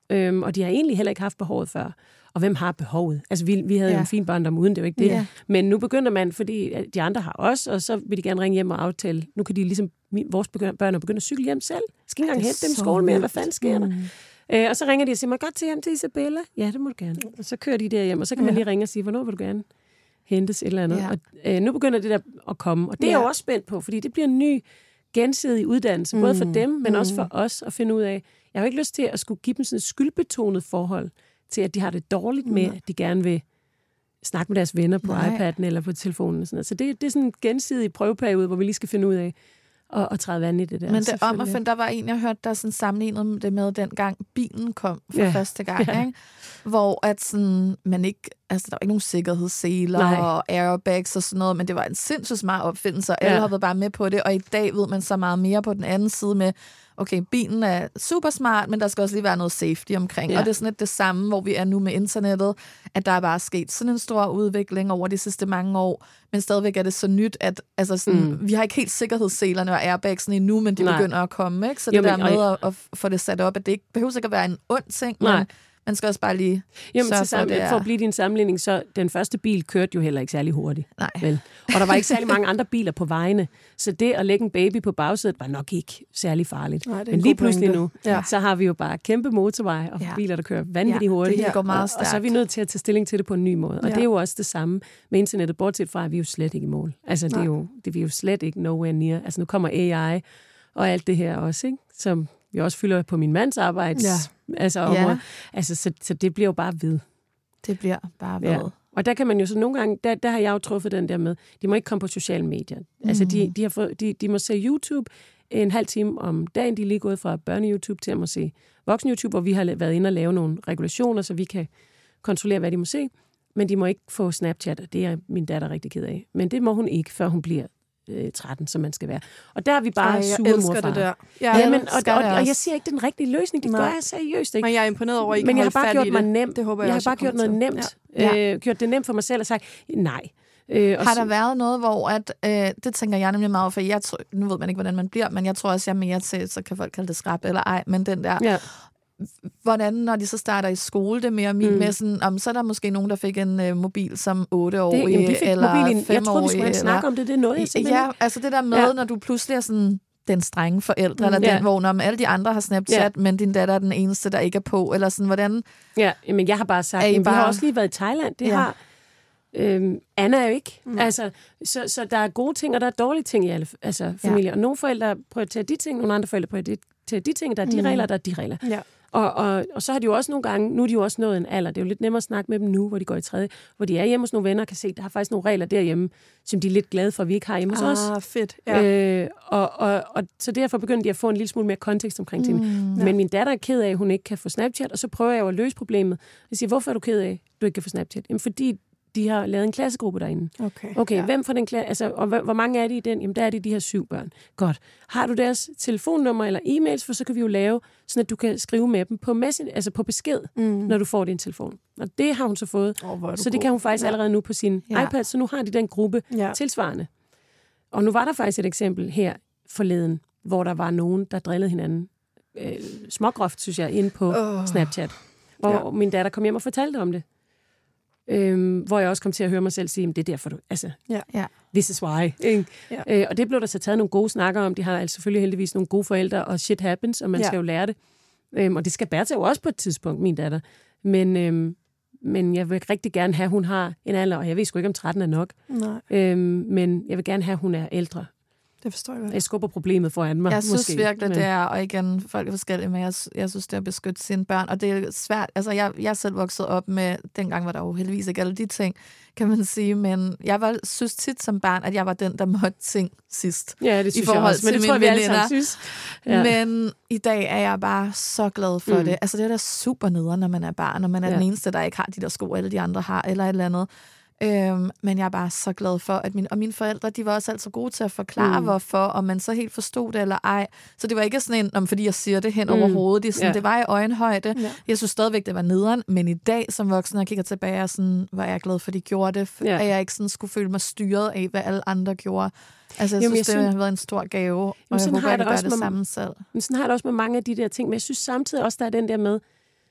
Speaker 6: øhm, og de har egentlig heller ikke haft behovet før. Og hvem har behovet? Altså, vi, vi havde ja. en fin barndom uden, det er jo ikke det. Ja. Men nu begynder man, fordi de andre har også, og så vil de gerne ringe hjem og aftale. Nu kan de ligesom, vores begynder, børn er begyndt at cykle hjem selv. Jeg skal ikke engang hente dem i skole mere. Hvad fanden sker der? Mm. Øh, og så ringer de og siger, må jeg godt til hjem til Isabella? Ja, det må du gerne. Og så kører de der hjem, og så kan man lige ringe og sige, hvornår vil du gerne hentes et eller andet. Ja. Og øh, nu begynder det der at komme. Og det er ja. jeg jo også spændt på, fordi det bliver en ny gensidig uddannelse, mm. både for dem, men mm. også for os at finde ud af. Jeg har jo ikke lyst til at skulle give dem sådan et skyldbetonet forhold til, at de har det dårligt med, mm. at de gerne vil snakke med deres venner på Nej. iPad'en eller på telefonen. Og sådan noget. Så det, det er sådan en gensidig prøveperiode, hvor vi lige skal finde ud af at, at træde vand i det der.
Speaker 5: Men det om at finde, der var en, jeg hørte, der sådan sammenlignede det med, dengang bilen kom for ja. første gang, ja. ikke? Hvor at sådan, man ikke, altså der var ikke nogen sikkerhedsseler Nej. og airbags og sådan noget, men det var en sindssygt smart opfindelse, og alle ja. hoppede bare med på det, og i dag ved man så meget mere på den anden side med, okay, bilen er super smart, men der skal også lige være noget safety omkring. Ja. Og det er sådan lidt det samme, hvor vi er nu med internettet, at der er bare sket sådan en stor udvikling over de sidste mange år, men stadigvæk er det så nyt, at altså sådan, mm. vi har ikke helt sikkerhedsselerne og airbagsen endnu, men de Nej. begynder at komme. Ikke? Så jo, det der men, med at, at få det sat op, at det ikke behøver ikke at være en ond ting, Nej. men man skal også bare lige
Speaker 6: Jamen, sørge for, det er... for at blive din sammenligning, så den første bil kørte jo heller ikke særlig hurtigt.
Speaker 5: Nej.
Speaker 6: Vel? Og der var ikke særlig mange andre biler på vejene, så det at lægge en baby på bagsædet var nok ikke særlig farligt. Nej, men lige pludselig nu, ja. så har vi jo bare kæmpe motorveje og ja. biler, der kører vanvittigt hurtigt.
Speaker 5: Ja, det går meget stærkt.
Speaker 6: Og, og så er vi nødt til at tage stilling til det på en ny måde. Og ja. det er jo også det samme med internettet, bortset fra, at vi er jo slet ikke i mål. Altså, det er jo, det er jo slet ikke nowhere near. Altså, nu kommer A I og alt det her også, ikke? Som vi også fylder på min mands arbejds ja. altså, område. Ja. Altså, så, så det bliver jo bare ved.
Speaker 5: Det bliver bare ved. Ja.
Speaker 6: Og der kan man jo så nogle gange, der, der har jeg jo truffet den der med, de må ikke komme på sociale medier. Mm. Altså, de, de, har fået, de, de må se YouTube en halv time om dagen. De er lige gået fra børne-YouTube til at må se voksen-YouTube, hvor vi har været inde og lave nogle regulationer, så vi kan kontrollere, hvad de må se. Men de må ikke få Snapchat, og det er min datter rigtig ked af. Men det må hun ikke, før hun bliver tretten, som man skal være. Og der er vi bare sure morfar.
Speaker 7: Jeg elsker det der.
Speaker 6: Jeg ja, men, og, og, og jeg siger ikke, det er den rigtige løsning. Det Nej. gør jeg seriøst ikke.
Speaker 7: Men jeg er imponeret over, at I
Speaker 6: men
Speaker 7: kan
Speaker 6: jeg har bare gjort
Speaker 7: det.
Speaker 6: mig nemt.
Speaker 7: Det håber jeg,
Speaker 6: jeg
Speaker 7: også,
Speaker 6: har bare gjort noget nemt. Ja. Øh, gjort det nemt for mig selv og sagt, nej.
Speaker 5: Øh, har der været noget, hvor at, øh, det tænker jeg nemlig meget, for jeg tror, nu ved man ikke, hvordan man bliver, men jeg tror også, jeg er mere til, så kan folk kalde det skrab eller ej, men den der... Ja. Hvordan, når de så starter i skole, det mere min mm. med sådan, om så er der måske nogen, der fik en uh, mobil som otteårig eller femårig.
Speaker 6: Jeg tror, vi skulle eller, snakke om det, det er noget, jeg
Speaker 5: simpelthen... Ja, altså det der med, ja. når du pludselig er sådan den strenge forældre, mm. eller ja. den, hvor når alle de andre har Snapchat, ja. men din datter er den eneste, der ikke er på, eller sådan, hvordan... Ja,
Speaker 6: men jeg har bare sagt, bare... vi har også lige været i Thailand, det ja. har... Øhm, Anna er jo ikke. Mm. Altså, så, så der er gode ting, og der er dårlige ting i alle altså, familier. Ja. Og nogle forældre prioriterer de ting, nogle andre forældre prioriterer de ting, der er de mm. regler, der er de regler. Ja. Og, og, og så har de jo også nogle gange, nu er de jo også nået en alder, det er jo lidt nemmere at snakke med dem nu, hvor de går i tredje, hvor de er hjemme hos nogle venner og kan se, der har faktisk nogle regler derhjemme, som de er lidt glade for, at vi ikke har hjemme hos os.
Speaker 7: Ah, fedt. Ja.
Speaker 6: Øh, og, og, og så derfor begynder de at få en lille smule mere kontekst omkring mm, tingene. Ja. Men min datter er ked af, at hun ikke kan få Snapchat, og så prøver jeg jo at løse problemet. Jeg siger, hvorfor er du ked af, at du ikke kan få Snapchat? Jamen, fordi de har lavet en klassegruppe derinde. Okay, okay ja. hvem for den klasse? Altså, og hvor mange er de i den? Jamen, der er de de her syv børn. Godt. Har du deres telefonnummer eller e-mails, for så kan vi jo lave, sådan at du kan skrive med dem på, message, altså på besked, mm. når du får din telefon. Og det har hun så fået. Oh, så det god. kan hun faktisk ja. allerede nu på sin ja. iPad, så nu har de den gruppe ja. tilsvarende. Og nu var der faktisk et eksempel her forleden, hvor der var nogen, der drillede hinanden øh, smågroft, synes jeg, inde på oh. Snapchat. Hvor ja. min datter kom hjem og fortalte om det. Øhm, hvor jeg også kom til at høre mig selv sige, at det er derfor, du... Altså, ja. Ja. This is why. Ja. Øh, og det blev der så taget nogle gode snakker om. De har altså selvfølgelig heldigvis nogle gode forældre, og shit happens, og man ja. skal jo lære det. Øhm, og det skal Bertha jo også på et tidspunkt, min datter. Men, øhm, men jeg vil rigtig gerne have, at hun har en alder, og jeg ved sgu ikke, om tretten er nok. Nej. Øhm, men jeg vil gerne have, at hun er ældre.
Speaker 7: Det forstår jeg.
Speaker 6: Jeg skubber problemet foran mig.
Speaker 5: Jeg synes
Speaker 6: måske.
Speaker 5: virkelig, det er, og igen, folk er forskellige, men jeg, jeg synes, det er at beskytte sine børn, og det er svært. Altså, jeg, jeg er selv vokset op med, dengang var der jo heldigvis ikke alle de ting, kan man sige, men jeg var, synes tit som barn, at jeg var den, der måtte ting sidst.
Speaker 6: Ja, det synes jeg også, men det tror jeg, vi alle sammen synes.
Speaker 5: Ja. Men i dag er jeg bare så glad for mm. det. Altså, det er da super nederen, når man er barn, og man er ja. den eneste, der ikke har de der sko, alle de andre har, eller et eller andet. Øhm, men jeg er bare så glad for, at mine, og mine forældre, de var også altid gode til at forklare, mm. hvorfor, og man så helt forstod det eller ej. Så det var ikke sådan en, om fordi jeg siger det hen mm. over hovedet. Det, sådan, ja. det var i øjenhøjde. Ja. Jeg synes stadigvæk, det var nederen, men i dag som voksen, når jeg kigger tilbage, og sådan, var jeg glad for, at de gjorde det, ja. at jeg ikke sådan skulle føle mig styret af, hvad alle andre gjorde. Altså, jeg, Jamen, synes, jeg synes, det har været en stor gave, og jeg håber, at de gør det samme selv.
Speaker 6: Men sådan har jeg det også med mange af de der ting, men jeg synes samtidig også, der er den der med,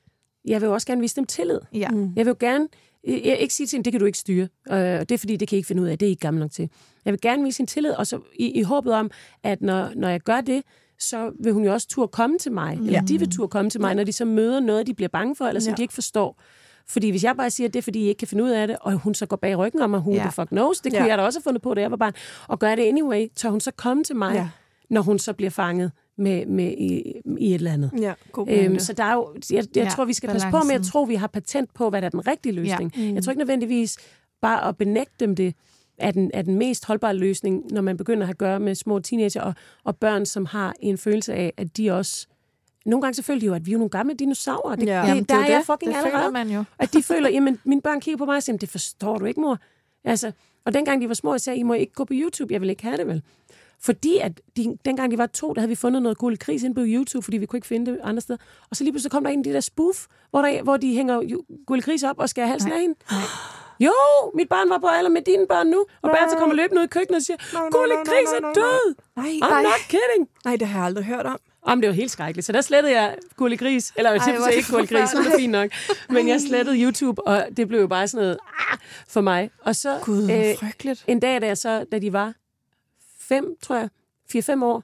Speaker 6: jeg vil jo også gerne vise dem tillid.
Speaker 5: Ja.
Speaker 6: Mm. Jeg vil jo gerne, jeg, jeg ikke sige til hende, det kan du ikke styre. Øh, det er fordi, det kan I ikke finde ud af, det er I ikke gammel nok til. Jeg vil gerne vise hende tillid, og så i, i håbet om, at når, når jeg gør det, så vil hun jo også turde komme til mig, eller ja. de vil turde komme til mig, når de så møder noget, de bliver bange for, eller som ja. de ikke forstår. Fordi hvis jeg bare siger, at det er, fordi I ikke kan finde ud af det, og hun så går bag ryggen om, at hun ja. the fuck knows, det kunne ja. jeg da også have fundet på, da jeg var barn, og gør det anyway, tør hun så komme til mig, ja. når hun så bliver fanget med, med i, i et eller andet.
Speaker 7: Ja,
Speaker 6: øhm, så der er jo, jeg, jeg ja, tror, vi skal
Speaker 5: balancen.
Speaker 6: passe på, men jeg tror, vi har patent på, hvad der er den rigtige løsning. Ja. Mm. Jeg tror ikke nødvendigvis bare at benægte dem det, er den, er den mest holdbare løsning, når man begynder at have at gøre med små teenager og, og børn, som har en følelse af, at de også... Nogle gange så føler de jo, at vi er nogle gamle dinosaurer. Det,
Speaker 5: ja.
Speaker 6: det,
Speaker 5: Jamen,
Speaker 6: der
Speaker 5: det er,
Speaker 6: er jeg
Speaker 5: det.
Speaker 6: fucking
Speaker 5: det
Speaker 6: allerede.
Speaker 5: Man jo.
Speaker 6: At de føler, jamen, mine børn kigger på mig og siger, det forstår du ikke, mor. Altså, og dengang de var små, jeg sagde, I må ikke gå på YouTube. Jeg vil ikke have det, vel? Fordi at de, dengang de var to, der havde vi fundet noget Guld Kris inde på YouTube, fordi vi kunne ikke finde det andre steder. Og så lige pludselig kom der en af de der spoof, hvor, der, hvor de hænger Guld Kris op og skærer halsen af hende. Jo, mit barn var på alder med dine børn nu. Og Bertha kommer løbende ud i køkkenet og siger, Guld Kris er død.
Speaker 7: Nej,
Speaker 6: I'm
Speaker 7: nej.
Speaker 6: not kidding.
Speaker 7: Nej, det har jeg aldrig hørt om.
Speaker 6: Om det var helt skrækkeligt. Så der slettede jeg Guld Gris. Eller jeg siger ikke Guld Gris, det er fint nok. Men jeg slettede YouTube, og det blev jo bare sådan noget ah, for mig. Og så
Speaker 7: Gud,
Speaker 6: øh,
Speaker 7: frygteligt.
Speaker 6: en dag, da, jeg så, da de var fem, tror jeg, fire-fem år,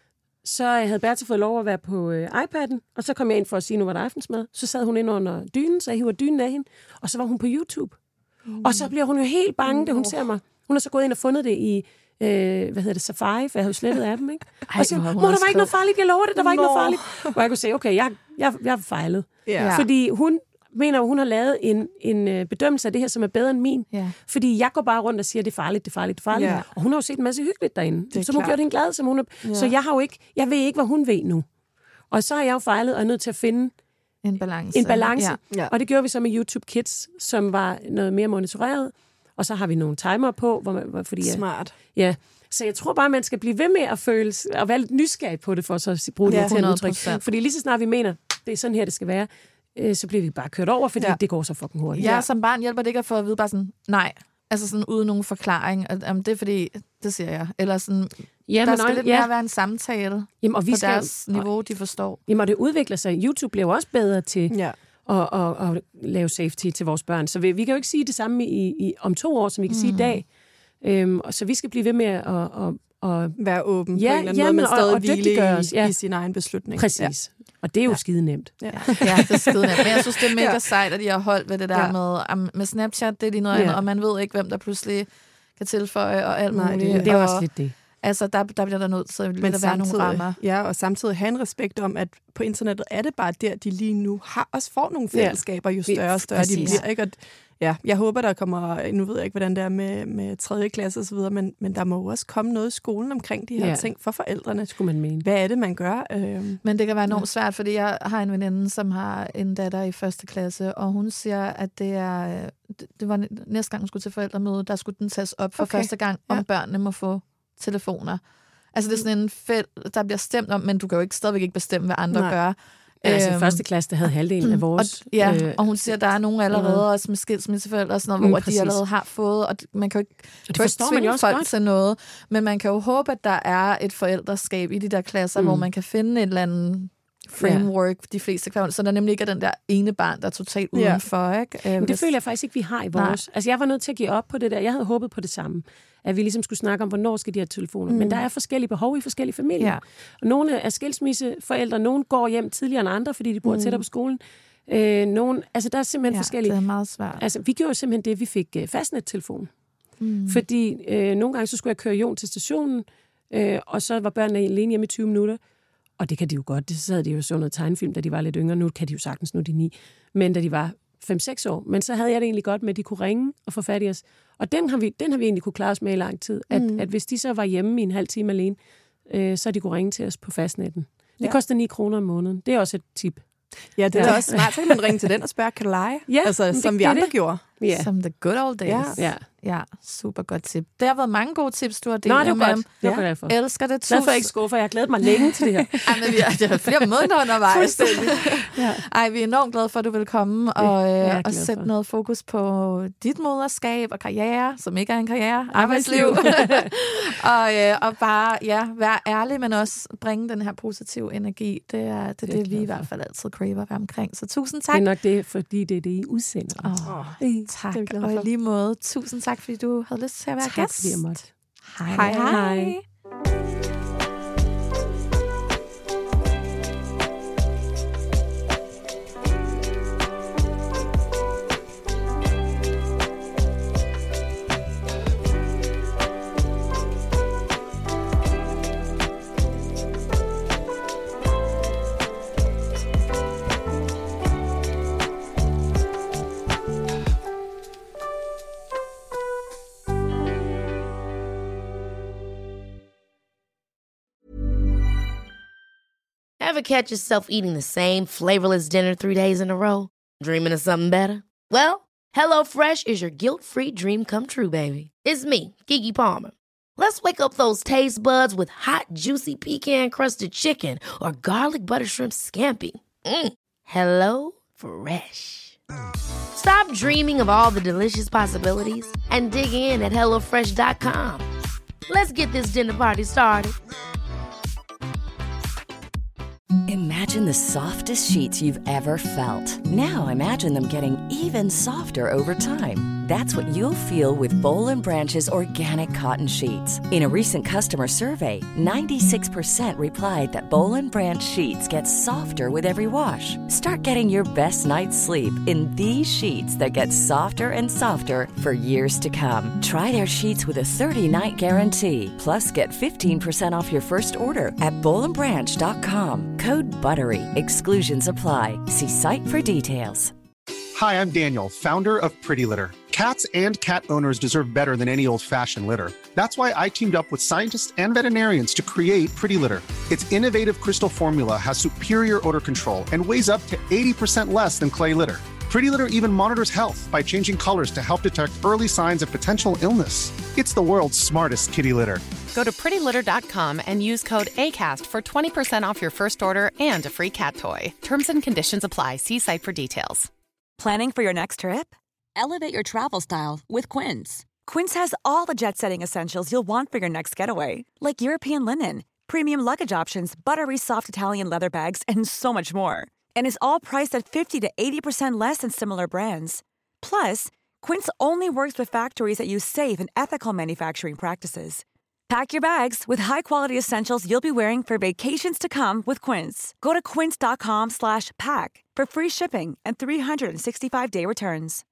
Speaker 6: så havde Bertha fået lov at være på øh, iPad'en, og så kom jeg ind for at sige, nu var der aftensmad. Så sad hun ind under dynen, så jeg hiver dynen af hende, og så var hun på YouTube. Mm. Og så bliver hun jo helt bange, da hun ser mig. Hun har så gået ind og fundet det i, øh, hvad hedder det, Safari, for jeg havde jo slettet af dem, ikke?
Speaker 5: Ej,
Speaker 6: og så, mor, der var ikke noget farligt, jeg lover det, der var ikke noget farligt. Og jeg kunne sige, okay, jeg, jeg, jeg har fejlet.
Speaker 7: Ja.
Speaker 6: Fordi hun mener, hun har lavet en, en bedømmelse af det her, som er bedre end min.
Speaker 5: Ja.
Speaker 6: Fordi jeg går bare rundt og siger, det er farligt, det er farligt, det er farligt.
Speaker 7: Ja.
Speaker 6: Og hun har jo set en masse hyggeligt derinde. Så hun
Speaker 7: klart.
Speaker 6: gjorde hende glad, som hun er. Ja. Så jeg har jo ikke, jeg ved ikke, hvad hun ved nu. Og så har jeg jo fejlet og er nødt til at finde
Speaker 5: en balance.
Speaker 6: En balance.
Speaker 5: Ja.
Speaker 7: Ja.
Speaker 6: Og det gjorde vi så med YouTube Kids, som var noget mere monitoreret. Og så har vi nogle timer på, hvor man, hvor, fordi
Speaker 7: Smart.
Speaker 6: Ja, ja. Så jeg tror bare, man skal blive ved med at føle, og være lidt nysgerrig på det, for så at bruge det
Speaker 5: Ja,
Speaker 6: til et
Speaker 5: hundrede
Speaker 6: udtryk.
Speaker 5: procent.
Speaker 6: Fordi lige så snart vi mener, det er sådan her, det skal være, øh, så bliver vi bare kørt over, fordi ja. det går så fucking hurtigt.
Speaker 5: Ja, som barn hjælper det ikke at få at vide bare sådan, nej. Altså sådan uden nogen forklaring. At, jamen, det er fordi, det siger jeg. Eller sådan,
Speaker 6: ja,
Speaker 5: der
Speaker 6: men
Speaker 5: skal
Speaker 6: og,
Speaker 5: lidt
Speaker 6: ja.
Speaker 5: mere være en samtale
Speaker 6: jamen, og vi
Speaker 5: på
Speaker 6: skal,
Speaker 5: deres niveau, de forstår.
Speaker 6: Jamen, og det udvikler sig. YouTube bliver jo også bedre til
Speaker 7: Ja.
Speaker 6: at, at, at lave safety til vores børn. Så vi, vi kan jo ikke sige det samme i, i, om to år, som vi kan mm. sige i dag. Øhm, og så vi skal blive ved med at... at og
Speaker 7: være åben
Speaker 6: ja,
Speaker 7: på en eller anden
Speaker 6: ja,
Speaker 7: måde, men
Speaker 6: og,
Speaker 7: stadig
Speaker 6: og
Speaker 7: hvile
Speaker 6: os,
Speaker 7: i,
Speaker 6: ja.
Speaker 7: i sin egen beslutning.
Speaker 6: Præcis. Ja. Og det er jo ja. skide nemt.
Speaker 7: Ja.
Speaker 5: Ja, ja, det er skide nemt. Men jeg synes, det er mega ja. sejt, at de har holdt ved det der
Speaker 7: ja.
Speaker 5: med, um, med Snapchat, det er lige noget
Speaker 6: ja.
Speaker 5: andet, og man ved ikke, hvem der pludselig kan tilføje og alt
Speaker 7: Nej,
Speaker 5: muligt.
Speaker 7: det,
Speaker 6: det er
Speaker 5: og,
Speaker 6: også lidt det.
Speaker 5: Altså, der, der bliver der nødt til at
Speaker 7: Men
Speaker 5: være nogle rammer.
Speaker 7: Ja, og samtidig have en respekt om, at på internettet er det bare der, de lige nu har også får nogle fællesskaber, jo større og større de bliver. Ikke? Og ja, jeg håber, der kommer, nu ved jeg ikke, hvordan det er med, med tredje klasse og så videre, men, men der må jo også komme noget i skolen omkring de her
Speaker 6: ja.
Speaker 7: ting for forældrene.
Speaker 6: Skulle man mene.
Speaker 7: Hvad er det, man gør? Øhm,
Speaker 5: men det kan være enormt svært, fordi jeg har en veninde, som har en datter i første klasse, og hun siger, at det er, det var næste gang, hun skulle til forældremøde, der skulle den tages op for okay. første gang, om ja. børnene må få telefoner. Altså det er sådan en fæld, der bliver stemt om, men du kan jo ikke stadigvæk ikke bestemme, hvad andre
Speaker 7: Nej.
Speaker 5: gør.
Speaker 6: Ja, altså
Speaker 5: Øhm,
Speaker 6: første klasse, der havde halvdelen af vores...
Speaker 5: Og, ja,
Speaker 6: øh,
Speaker 5: og hun siger, at der er nogen allerede, øh, også med skilsmisseforældre og sådan noget,
Speaker 6: mm,
Speaker 5: hvor
Speaker 6: præcis.
Speaker 5: de allerede har fået, og man kan jo ikke,
Speaker 6: det
Speaker 5: kan
Speaker 6: forstår
Speaker 5: ikke
Speaker 6: man jo
Speaker 5: tvinge
Speaker 6: også
Speaker 5: folk
Speaker 6: godt.
Speaker 5: til noget, men man kan jo håbe, at der er et forældreskab i de der klasser, mm. hvor man kan finde et eller andet framework, ja. de fleste kræver, så der nemlig ikke er den der ene barn, der er totalt
Speaker 7: ja.
Speaker 5: udenfor. Ikke?
Speaker 6: Men det føler jeg faktisk ikke, vi har i vores. Nej. Altså, jeg var nødt til at give op på det der. Jeg havde håbet på det samme. At vi ligesom skulle snakke om, hvornår skal de have telefoner. Mm. Men der er forskellige behov i forskellige familier. Ja. Og nogle er skilsmisseforældre, nogle går hjem tidligere end andre, fordi de bor mm. tættere på skolen. Øh, nogle, altså, der er simpelthen
Speaker 5: ja,
Speaker 6: forskellige.
Speaker 5: det er meget svært.
Speaker 6: Altså, vi gjorde simpelthen det, vi fik uh, fastnettelefon.
Speaker 5: Mm.
Speaker 6: Fordi øh, nogle gange, så skulle jeg køre Jon til stationen, øh, og så var børnene alene hjemme i tyve minutter. Og det kan de jo godt. Det så havde de jo så noget tegnefilm, da de var lidt yngre. Nu kan de jo sagtens, nu er de ni. Men da de var fem seks år. Men så havde jeg det egentlig godt med, at de kunne ringe og få fat i os. Og den har vi, den har vi egentlig kunne klare os med i lang tid. At, mm. at hvis de så var hjemme i en halv time alene, øh, så de kunne ringe til os på fastnetten. Det ja. koster ni kroner om måneden. Det er også et tip.
Speaker 7: Ja, det er ja. også smart. Så kan man ringe til den og spørge, kan du lege?
Speaker 6: Ja,
Speaker 7: altså, som
Speaker 6: det,
Speaker 7: vi
Speaker 6: det
Speaker 7: andre
Speaker 6: det.
Speaker 7: gjorde.
Speaker 6: Yeah.
Speaker 5: Som the good old days.
Speaker 6: Ja. ja.
Speaker 5: Ja, super godt tip. Der har været mange gode tips, du har delt.
Speaker 6: Nå, det er godt. Det
Speaker 5: er
Speaker 6: jeg for.
Speaker 5: Elsker det.
Speaker 6: Tusind. Derfor jeg ikke skuffer. Jeg har glædet mig længe til det her.
Speaker 5: Ej, men vi har, det har flere måneder undervejs.
Speaker 6: ja.
Speaker 5: Ej, vi er enormt glade for, at du vil komme og, øh, og sætte
Speaker 6: for.
Speaker 5: noget fokus på dit moderskab og karriere, som ikke er en karriere, arbejdsliv. og, øh, og bare ja, være ærlig, men også bringe den her positive energi. Det er det, det, det vi i hvert fald altid craver at være omkring. Så tusind tak.
Speaker 6: Det er nok det, fordi det er det, I udsender.
Speaker 5: Oh, oh, tak. Og i lige måde, tusind tak, fordi du havde lyst til at være
Speaker 6: tak,
Speaker 5: gæst.
Speaker 6: Tak, fordi jeg måtte.
Speaker 5: Hej, hej. hej.
Speaker 1: Ever catch yourself eating the same flavorless dinner three days in a row? Dreaming of something better? Well, HelloFresh is your guilt-free dream come true, baby. It's me, Keke Palmer. Let's wake up those taste buds with hot, juicy pecan-crusted chicken or garlic butter shrimp scampi. Mm. Hello Fresh. Stop dreaming of all the delicious possibilities and dig in at hello fresh dot com. Let's get this dinner party started.
Speaker 8: Imagine the softest sheets you've ever felt. Now imagine them getting even softer over time. That's what you'll feel with Boll and Branch's organic cotton sheets. In a recent customer survey, ninety-six percent replied that Boll and Branch sheets get softer with every wash. Start getting your best night's sleep in these sheets that get softer and softer for years to come. Try their sheets with a thirty-night guarantee. Plus, get fifteen percent off your first order at boll and branch dot com. Code BUTTERY. Exclusions apply. See site for details.
Speaker 9: Hi, I'm Daniel, founder of Pretty Litter. Cats and cat owners deserve better than any old-fashioned litter. That's why I teamed up with scientists and veterinarians to create Pretty Litter. Its innovative crystal formula has superior odor control and weighs up to eighty percent less than clay litter. Pretty Litter even monitors health by changing colors to help detect early signs of potential illness. It's the world's smartest kitty litter.
Speaker 10: Go to pretty litter dot com and use code ACAST for twenty percent off your first order and a free cat toy. Terms and conditions apply. See site for details.
Speaker 11: Planning for your next trip? Elevate your travel style with Quince. Quince has all the jet-setting essentials you'll want for your next getaway, like European linen, premium luggage options, buttery soft Italian leather bags, and so much more. And is all priced at fifty to eighty percent less than similar brands. Plus, Quince only works with factories that use safe and ethical manufacturing practices. Pack your bags with high-quality essentials you'll be wearing for vacations to come with Quince. Go to quince dot com slash pack for free shipping and three sixty-five day returns.